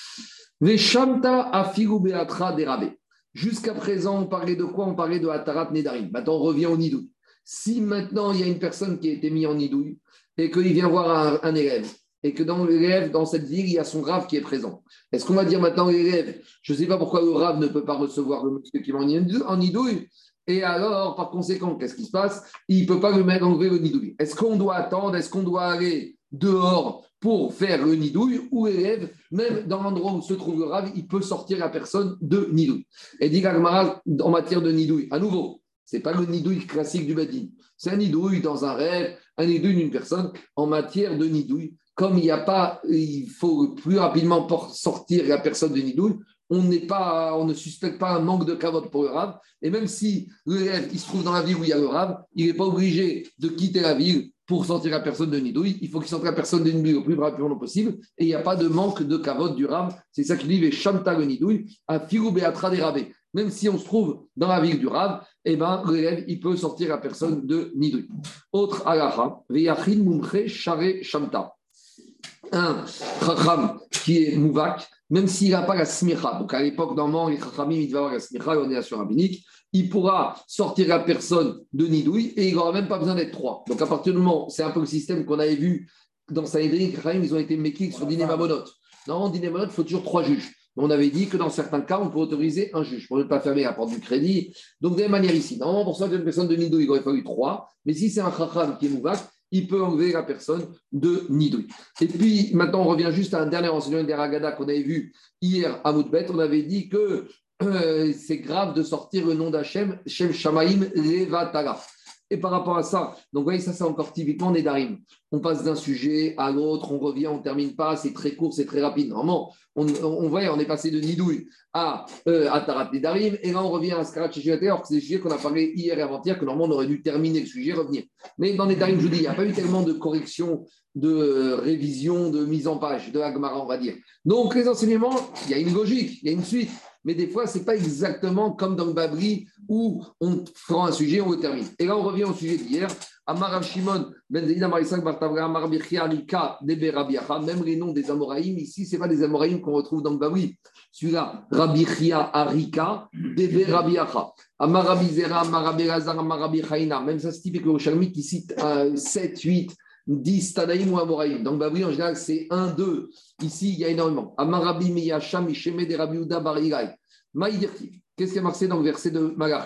Les shamta afigu beatra dérabé. Jusqu'à présent, on parlait de quoi ? On parlait de Atarat Nedarim. Maintenant, on revient au nidouille. Si maintenant, il y a une personne qui a été mise en nidouille et qu'il vient voir un, un élève, et que dans l'élève, dans cette ville, il y a son Rav qui est présent, est-ce qu'on va dire maintenant l'élève, je ne sais pas pourquoi le Rav ne peut pas recevoir le monsieur qui est en nidouille, et alors, par conséquent, qu'est-ce qui se passe ? Il ne peut pas lui mettre enlever le nidouille. Est-ce qu'on doit attendre ? Est-ce qu'on doit aller dehors pour faire le nidouille, ou l'élève, même dans l'endroit où se trouve le Rav, il peut sortir la personne de nidouille. Et dit Gagmara, en matière de nidouille, à nouveau, ce n'est pas le nidouille classique du Badin. C'est un nidouille dans un rêve, un nidouille d'une personne. En matière de nidouille, comme il n'y a pas, il faut plus rapidement sortir la personne de nidouille, on, n'est pas, on ne suspecte pas un manque de cavote pour le Rav. Et même si l'élève il se trouve dans la ville où il y a le Rav, il n'est pas obligé de quitter la ville pour sortir la personne de nidouille. Il faut qu'il sorte la personne de nidouille le plus rapidement possible. Et il n'y a pas de manque de cavote du Rav. C'est ça qu'il dit les Shamta le nidouille, à Filou Beatra des Rabé. Même si on se trouve dans la ville du Rav, eh ben, l'élève, il peut sortir la personne de nidouille. Autre halacha, Veyachin Mumche Share Shamta. Un chacham qui est mouvak, même s'il n'a pas la smicha, donc à l'époque, normalement, les chachamim, il va avoir la smicha, l'ordination rabbinique, il pourra sortir la personne de nidouille et il n'aura même pas besoin d'être trois. Donc à partir du moment, c'est un peu le système qu'on avait vu dans Sanhedrin, les chachamim, ils ont été méqués sur Diné Mamonot. Normalement, Diné Mamonot, il faut toujours trois juges. On avait dit que dans certains cas, on peut autoriser un juge pour ne pas fermer la porte du crédit. Donc, de la même manière ici, normalement, pour sortir une personne de nidouille, il aurait fallu trois. Mais si c'est un chacham qui est mouvak, il peut enlever la personne de nidouille. Et puis, maintenant, on revient juste à un dernier enseignement des Ragada qu'on avait vu hier à Moudbet. On avait dit que euh, c'est grave de sortir le nom d'Hachem, Shem Shamaim Levatala. Et par rapport à ça, donc vous voyez, ça c'est encore typiquement Nedarim. On passe d'un sujet à l'autre, on revient, on ne termine pas, c'est très court, c'est très rapide. Normalement, on, on, on voit, on est passé de Nidouille à euh, Atarat Nedarim, et là on revient à Skarat Shechet, alors que c'est des sujets qu'on a parlé hier et avant-hier, que normalement on aurait dû terminer le sujet, revenir. Mais dans Nedarim, je vous dis, il n'y a pas eu tellement de correction, de euh, révision, de mise en page, de Agmara, on va dire. Donc les enseignements, il y a une logique, il y a une suite. Mais des fois, ce n'est pas exactement comme dans le Babri où on prend un sujet et on le termine. Et là, on revient au sujet d'hier. Amar Rav Shimon, Ben Zeïda Marisak, Bartavra, Amar Bichia, Rika, Debe Rabiacha. Même les noms des Amoraïm, ici, ce n'est pas des Amoraïm qu'on retrouve dans le Babri. Celui-là, Rabichia, Arika, Debe Rabiacha. Amar Rabizera, Amar Rabelazar, Amar Rabichaina. Même ça, c'est typique le Shalmi qui cite euh, sept, huit, dix Tanaïm ou Amoraïm. Donc, Babri, en général, c'est un, deux. Ici, il y a énormément. Amarabi Miyasham, Isheme de Rabi Uda Bar Igai. Maïdirti. Qu'est-ce qui est marqué dans le verset de Malachi ?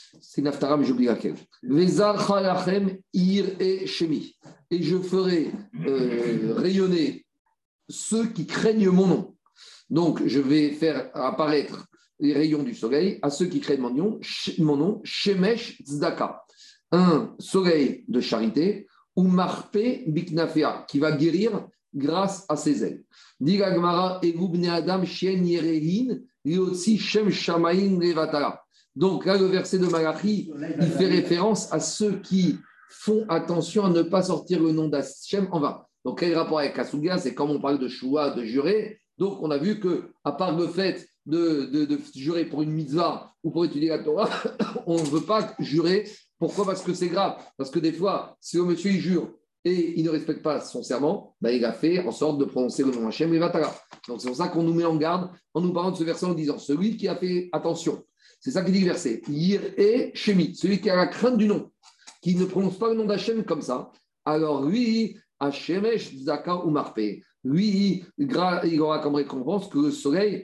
C'est une haftara, mais j'oublie laquelle. Vezar chalachem ir et shemi. Et je ferai euh, rayonner ceux qui craignent mon nom. Donc, je vais faire apparaître les rayons du soleil à ceux qui craignent mon nom, mon nom Shemesh Tzedaka. Un soleil de charité, ou Marpe Biknafea, qui va guérir grâce à ses ailes. Diga Gemara, Egubne Adam Shien Yerehin, Liotsi Shem Shamaim Levatala. Donc là, le verset de Malachi, il fait référence à ceux qui font attention à ne pas sortir le nom d'Hachem en vain. Donc, quel rapport avec Kasuga? C'est comme on parle de Shua, de jurer. Donc, on a vu que, à part le fait de, de, de jurer pour une mitzvah ou pour étudier la Torah, on ne veut pas jurer. Pourquoi? Parce que c'est grave. Parce que des fois, si le monsieur il jure et il ne respecte pas son serment, ben, il a fait en sorte de prononcer le nom Hachem et Vatala. Donc, c'est pour ça qu'on nous met en garde en nous parlant de ce verset en disant celui qui a fait attention. C'est ça qui dit le verset. Yir et Shemi, celui qui a la crainte du nom, qui ne prononce pas le nom d'Hachem comme ça, alors lui, Hashemesh Zaka ou Marpe, lui, il aura comme récompense que le soleil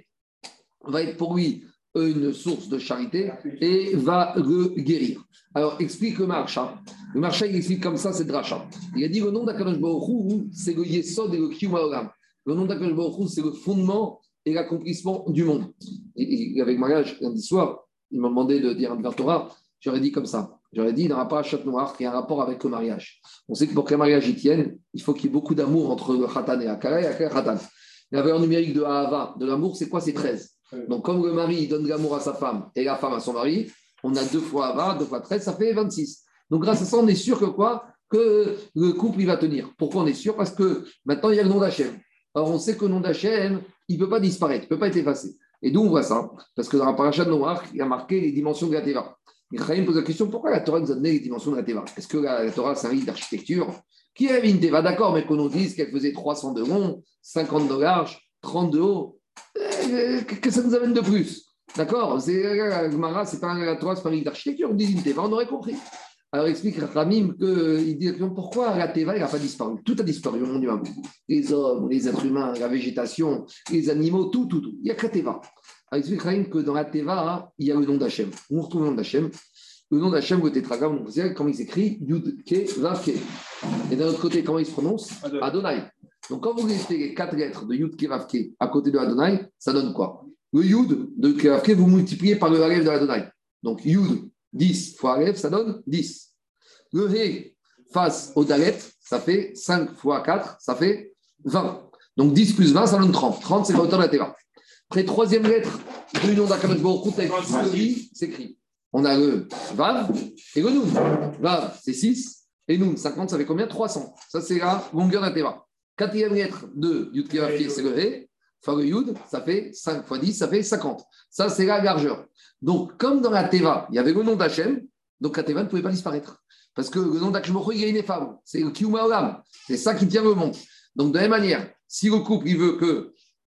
va être pour lui une source de charité et va le guérir. Alors, explique le Maharsha. Le Maharsha, il explique comme ça, c'est Dracha. Il a dit le nom d'Akadosh Baruch Hu, c'est le Yesod et le Kiyum Haolam. Le nom d'Akadosh Baruch Hu, c'est le fondement et l'accomplissement du monde. Et, et avec mariage, lundi soir, il m'a demandé de dire un Dvar Torah. J'aurais dit comme ça. J'aurais dit, il n'y aura pas un chat noir qui a un rapport avec le mariage. On sait que pour qu'un mariage y tienne, il faut qu'il y ait beaucoup d'amour entre le Khatan et Akara et Akara Khatan. La valeur numérique de Ahava, de l'amour, c'est quoi? C'est treize. Donc, comme le mari donne de l'amour à sa femme et la femme à son mari, on a deux fois Ahava, deux fois treize, ça fait vingt-six. Donc, grâce à ça, on est sûr que quoi? Que le couple, il va tenir. Pourquoi on est sûr? Parce que maintenant, il y a le nom d'Hachem. Alors, on sait que le nom d'Hachem, il ne peut pas disparaître, il ne peut pas être effacé. Et d'où on voit ça? Parce que dans la paracha de Noach, il y a marqué les dimensions de la Teva. Et Chaim pose la question, pourquoi la Torah nous a donné les dimensions de la Teva? Est-ce que la, la Torah, c'est un livre d'architecture? Qui avait une Teva? D'accord, mais qu'on nous dise qu'elle faisait trois cents de long, cinquante de large, trente de haut. Euh, que ça nous amène de plus? D'accord? C'est, la Gemara, c'est pas la Torah, c'est pas un livre d'architecture. On dit une Teva, on aurait compris. Alors, il explique Ramim qu'il dit pourquoi la Teva n'a pas disparu. Tout a disparu au monde humain. Les hommes, les êtres humains, la végétation, les animaux, tout, tout, tout. Il n'y a que la Teva. Alors, il explique Ramim que dans la Teva, il y a le nom d'Hachem. On retrouve le nom d'Hachem. Le nom d'Hachem, le tétragramme, on sait comment il s'écrit Yud, Ke, Vav, Ke. Et d'un autre côté, comment il se prononce? Adonai. Donc, quand vous mettez les quatre lettres de Yud, Ke, Vav, Ke à côté de Adonai, ça donne quoi? Le Yud de Ke, Vav, Ke, vous multipliez par le Aleph de Adonai. Donc, Yud, dix fois Aleph, ça donne dix. Le He face au Dalet, ça fait cinq fois quatre, ça fait vingt. Donc, dix plus vingt, ça donne trente. trente, c'est la hauteur de la Teva. Après, troisième lettre du nom d'Akadosh Baruch Hu, c'est écrit. On a le Vav et le Nun. Vav, c'est six. Et Nun, cinquante, ça fait combien? trois cents. Ça, c'est la longueur de la Teva. Quatrième lettre de Yud Ke Vav Ke, c'est le He. Enfin, le Yud, ça fait cinq fois dix, ça fait cinquante. Ça, c'est la largeur. Donc, comme dans la Teva, il y avait le nom d'Hachem, donc la Teva ne pouvait pas disparaître. Parce que le nom d'Hachem, il est ineffable. C'est le Kiyum Haolam. C'est ça qui tient le monde. Donc, de la même manière, si le couple, il veut que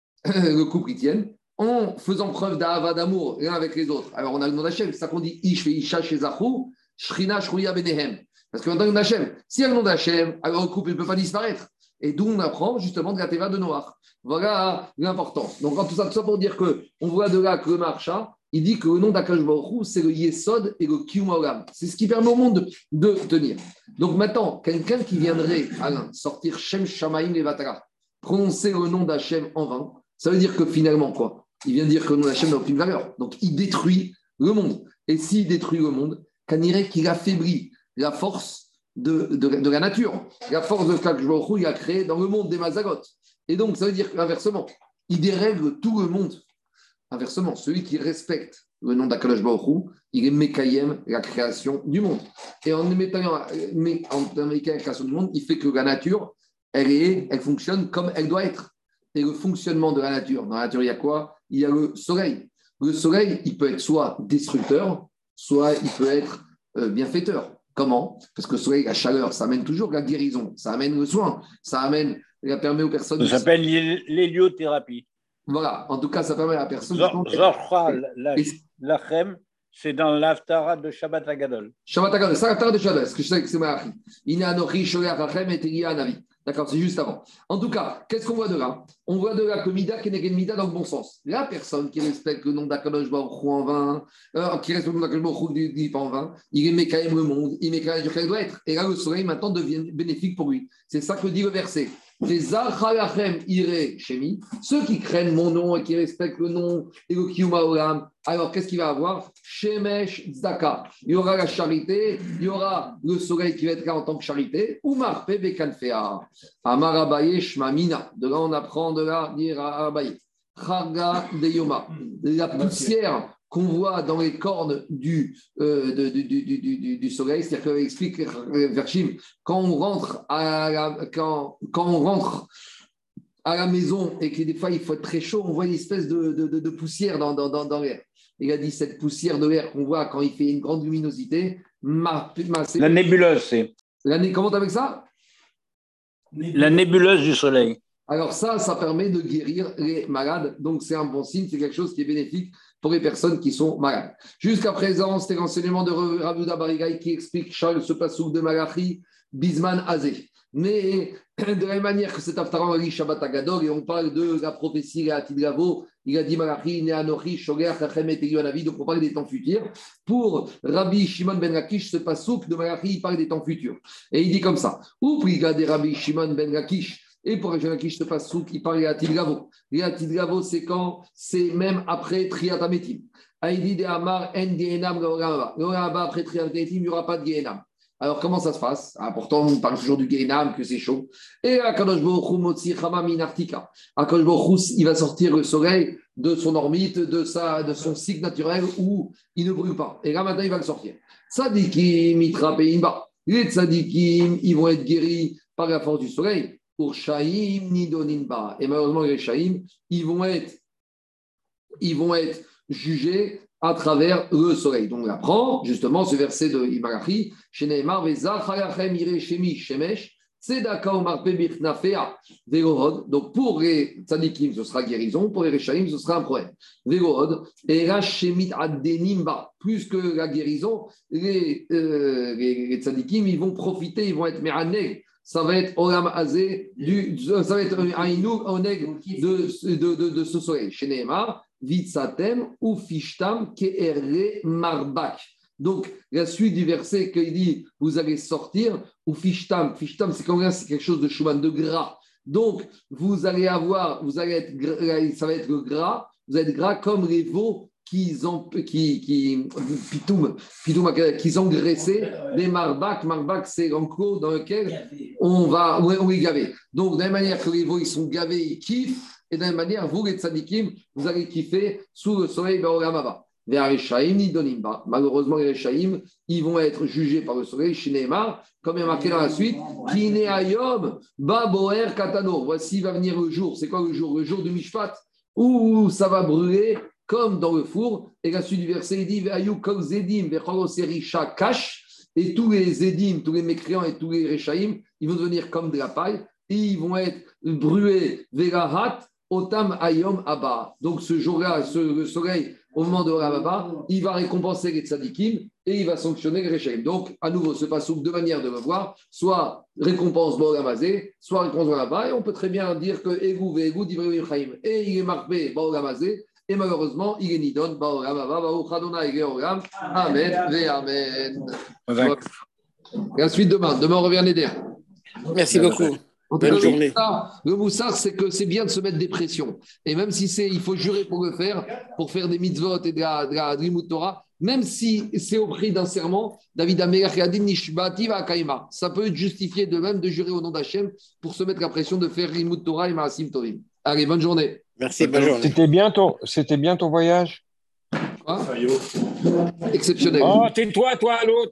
le couple, il tienne, en faisant preuve d'ahava, d'amour l'un avec les autres. Alors, on a le nom d'Hachem, c'est ça qu'on dit Ish ve Isha Shezachu, Shrina Shruya Benehem. Parce qu'on a le nom d'Hachem. S'il y a le nom d'Hachem, alors le couple ne peut pas disparaître. Et d'où on apprend justement de la Teva de Noach. Voilà l'importance. Donc, en tout ça, tout ça pour dire qu'on voit de là que le Maharsha, il dit que le nom d'Akadosh Baruch Hu, c'est le Yesod et le Kiyum Haolam. C'est ce qui permet au monde de, de tenir. Donc maintenant, quelqu'un qui viendrait, Alain, sortir Shem Shamaim Levatara, prononcer le nom d'Hachem en vain, ça veut dire que finalement, quoi? Il vient de dire que le nom d'Hachem n'a aucune valeur. Donc, il détruit le monde. Et s'il détruit le monde, Kanirek, qu'il affaiblit la force de, de, de la nature. La force de Akadosh Baruch Hu, il a créé dans le monde des Mazagot. Et donc, ça veut dire qu'inversement, il dérègle tout le monde. Inversement, celui qui respecte le nom d'Akadosh Baruch Hu, il est Mekayem, la création du monde. Et en mettant en Mekayem, la création du monde, il fait que la nature, elle, est, elle fonctionne comme elle doit être. Et le fonctionnement de la nature, dans la nature, il y a quoi? Il y a le soleil. Le soleil, il peut être soit destructeur, soit il peut être euh, bienfaiteur. Comment? Parce que le soleil, la chaleur, ça amène toujours la guérison, ça amène le soin, ça amène, ça permet aux personnes... Ça s'appelle l'héliothérapie. Voilà, en tout cas, ça permet à la personne... Zorcha Lachem, c'est dans l'Haftara de Shabbat Hagadol. Shabbat Hagadol, c'est l'Haftara de Shabbat, ce que je sais que c'est ma Il y a Anochi, Sholeach Lachem et Telia Anavi. D'accord, c'est juste avant. En tout cas, qu'est-ce qu'on voit de là? On voit de là que Mida Keneged Mida dans le bon sens. La personne qui respecte le nom d'Akadosh Baruch Hu en vain, euh, qui respecte le nom d'Akadosh Baruch Hu dit pas en vain, il aimait quand même le monde, il aimait quand même qu'il doit être. Et là, le soleil maintenant devient bénéfique pour lui. C'est ça que dit le verset. Les Achalachem ire Shemi, ceux qui craignent mon nom et qui respectent le nom et le Kiyuma Olam, alors qu'est-ce qu'il va avoir? Shemesh Tzedaka. Il y aura la charité, il y aura le soleil qui va être là en tant que charité. Umar Pe Bekanfea. Amar Abaye Shmamina. De là, on apprend de là, dire à Abaye. Chaga de Yoma. La poussière qu'on voit dans les cornes du, euh, de, du, du, du, du, du soleil, c'est-à-dire qu'il explique Verchim, quand on rentre à la, quand, quand on rentre à la maison et que des fois il faut être très chaud, on voit une espèce de, de, de, de poussière dans, dans, dans, dans l'air. Il a dit cette poussière de l'air qu'on voit quand il fait une grande luminosité. Ma, ma, la nébuleuse, c'est. La, comment avec ça? La nébuleuse du soleil. Alors ça, ça permet de guérir les malades. Donc c'est un bon signe, c'est quelque chose qui est bénéfique pour les personnes qui sont malades. Jusqu'à présent, c'était l'enseignement de Rav Yehuda Bar Igai qui explique Charles ce passouk de Malachi, Bisman Azé. Mais de la même manière que cet Haftarah Ali Shabbat Agadol, et on parle de la prophétie à Tidravo, il a dit Malachi, Neanochi, Shoger, Chachem et Elianavi, donc on parle des temps futurs. Pour Rabbi Shimon ben Lakish, ce passouk de Malachi, il parle des temps futurs. Et il dit comme ça, ou priga de Rabbi Shimon ben Lakish. Et pour Rabbi Lakish, ce passouk, il parle à Tidravo. Et à Tidravo, c'est quand? C'est même après Triat Ametim. Aïdi de Amar, En Gehenam, L'Oraba, après Triat Ametim, il n'y aura pas de Gehenam. Alors, comment ça se passe? Ah, pourtant, on parle toujours du Gehenam, que c'est chaud. Et Akadosh Baruch Hu Motzi Chama Min Artika. Akadosh Baruch Hu, il va sortir le soleil de son orbite, de, sa, de son cycle naturel où il ne brûle pas. Et là, maintenant, il va le sortir. Tzadikim, Mitra Peimba. Les tzadikim, ils vont être guéris par la force du soleil. Pour Shaim, Nidoninba. Et malheureusement, les Shaim, ils vont être, ils vont être jugés à travers le soleil. Donc, on apprend justement ce verset de Imarachi, chez Neymar, Vezachalachem ire shemi shemesh, tzedaka omar pebich nafea, vegohod. Donc, pour les tzadikim, ce sera guérison, pour les Rechaim, ce sera un problème. Vegohod, et rachemit adenimba. Plus que la guérison, les, euh, les, les tzadikim, ils vont profiter, ils vont être me'aneg. Ça va être Olam Azé, du, ça va être un inou, un aigle de, de, de, de ce soleil. Chez Neymar, Vitsatem ou Fishtam Ke'ere Marbak. Donc, la suite du verset qu'il dit, vous allez sortir, ou Fishtam. Fishtam, c'est quand même c'est quelque chose de chouman, de gras. Donc, vous allez avoir, vous allez être, ça va être le gras, vous allez être gras comme les veaux qui ont, qui, qui, pitoum, pitoum, qui ont graissé des marbak. Marbak, c'est l'enclos dans lequel on va, on est gavé. Donc, de la même manière que les veaux, ils sont gavés, ils kiffent, et de la même manière, vous, les tzadikim, vous allez kiffer sous le soleil Baoramaba. Vers les Shaim, ni Donimba. Malheureusement, les Shaim, ils vont être jugés par le soleil, Shineema, comme il est marqué dans la suite, Kine Ayom, Baboer Katano. Voici va venir le jour. C'est quoi le jour? Le jour du Mishpat, où ça va brûler comme dans le four. Et la suite du verset, il dit Ve'ayu kol zedim, ve'chol serisha kash. Et tous les zédim, tous les mécréants et tous les Rechaim, ils vont devenir comme de la paille et ils vont être brûlés Verahat, Otam Ayom Abba. Donc ce jour-là, ce, le soleil, au moment de Olam Abba, il va récompenser les tzadikim et il va sanctionner les Rechaim. Donc, à nouveau, ce passouk, deux manières de le voir, soit récompense Olam Azé, soit récompense Olam Abba. Et on peut très bien dire que Egu ve'Egu divrei Rechaim. Et il est marqué Olam Azé. Et malheureusement, il est nidon, Baoram, Baruch Adonai Georam, Amen, Ve Amen. Et ensuite, demain, demain, on revient Neder. Merci beaucoup. Bonne le journée. Moussard, le moussard, c'est que c'est bien de se mettre des pressions. Et même si c'est, il faut jurer pour le faire, pour faire des mitzvot et de la, de la, de la Torah, même si c'est au prix d'un serment, David Amelach a dit Nishbati va Kaima. Ça peut être justifié de même de jurer au nom d'Hachem pour se mettre la pression de faire Rimut Torah et Maasim Tovim. Allez, bonne journée. Merci, bonne journée. C'était bien ton, c'était bien ton voyage? Quoi? Exceptionnel. Oh, tais-toi, toi, l'autre.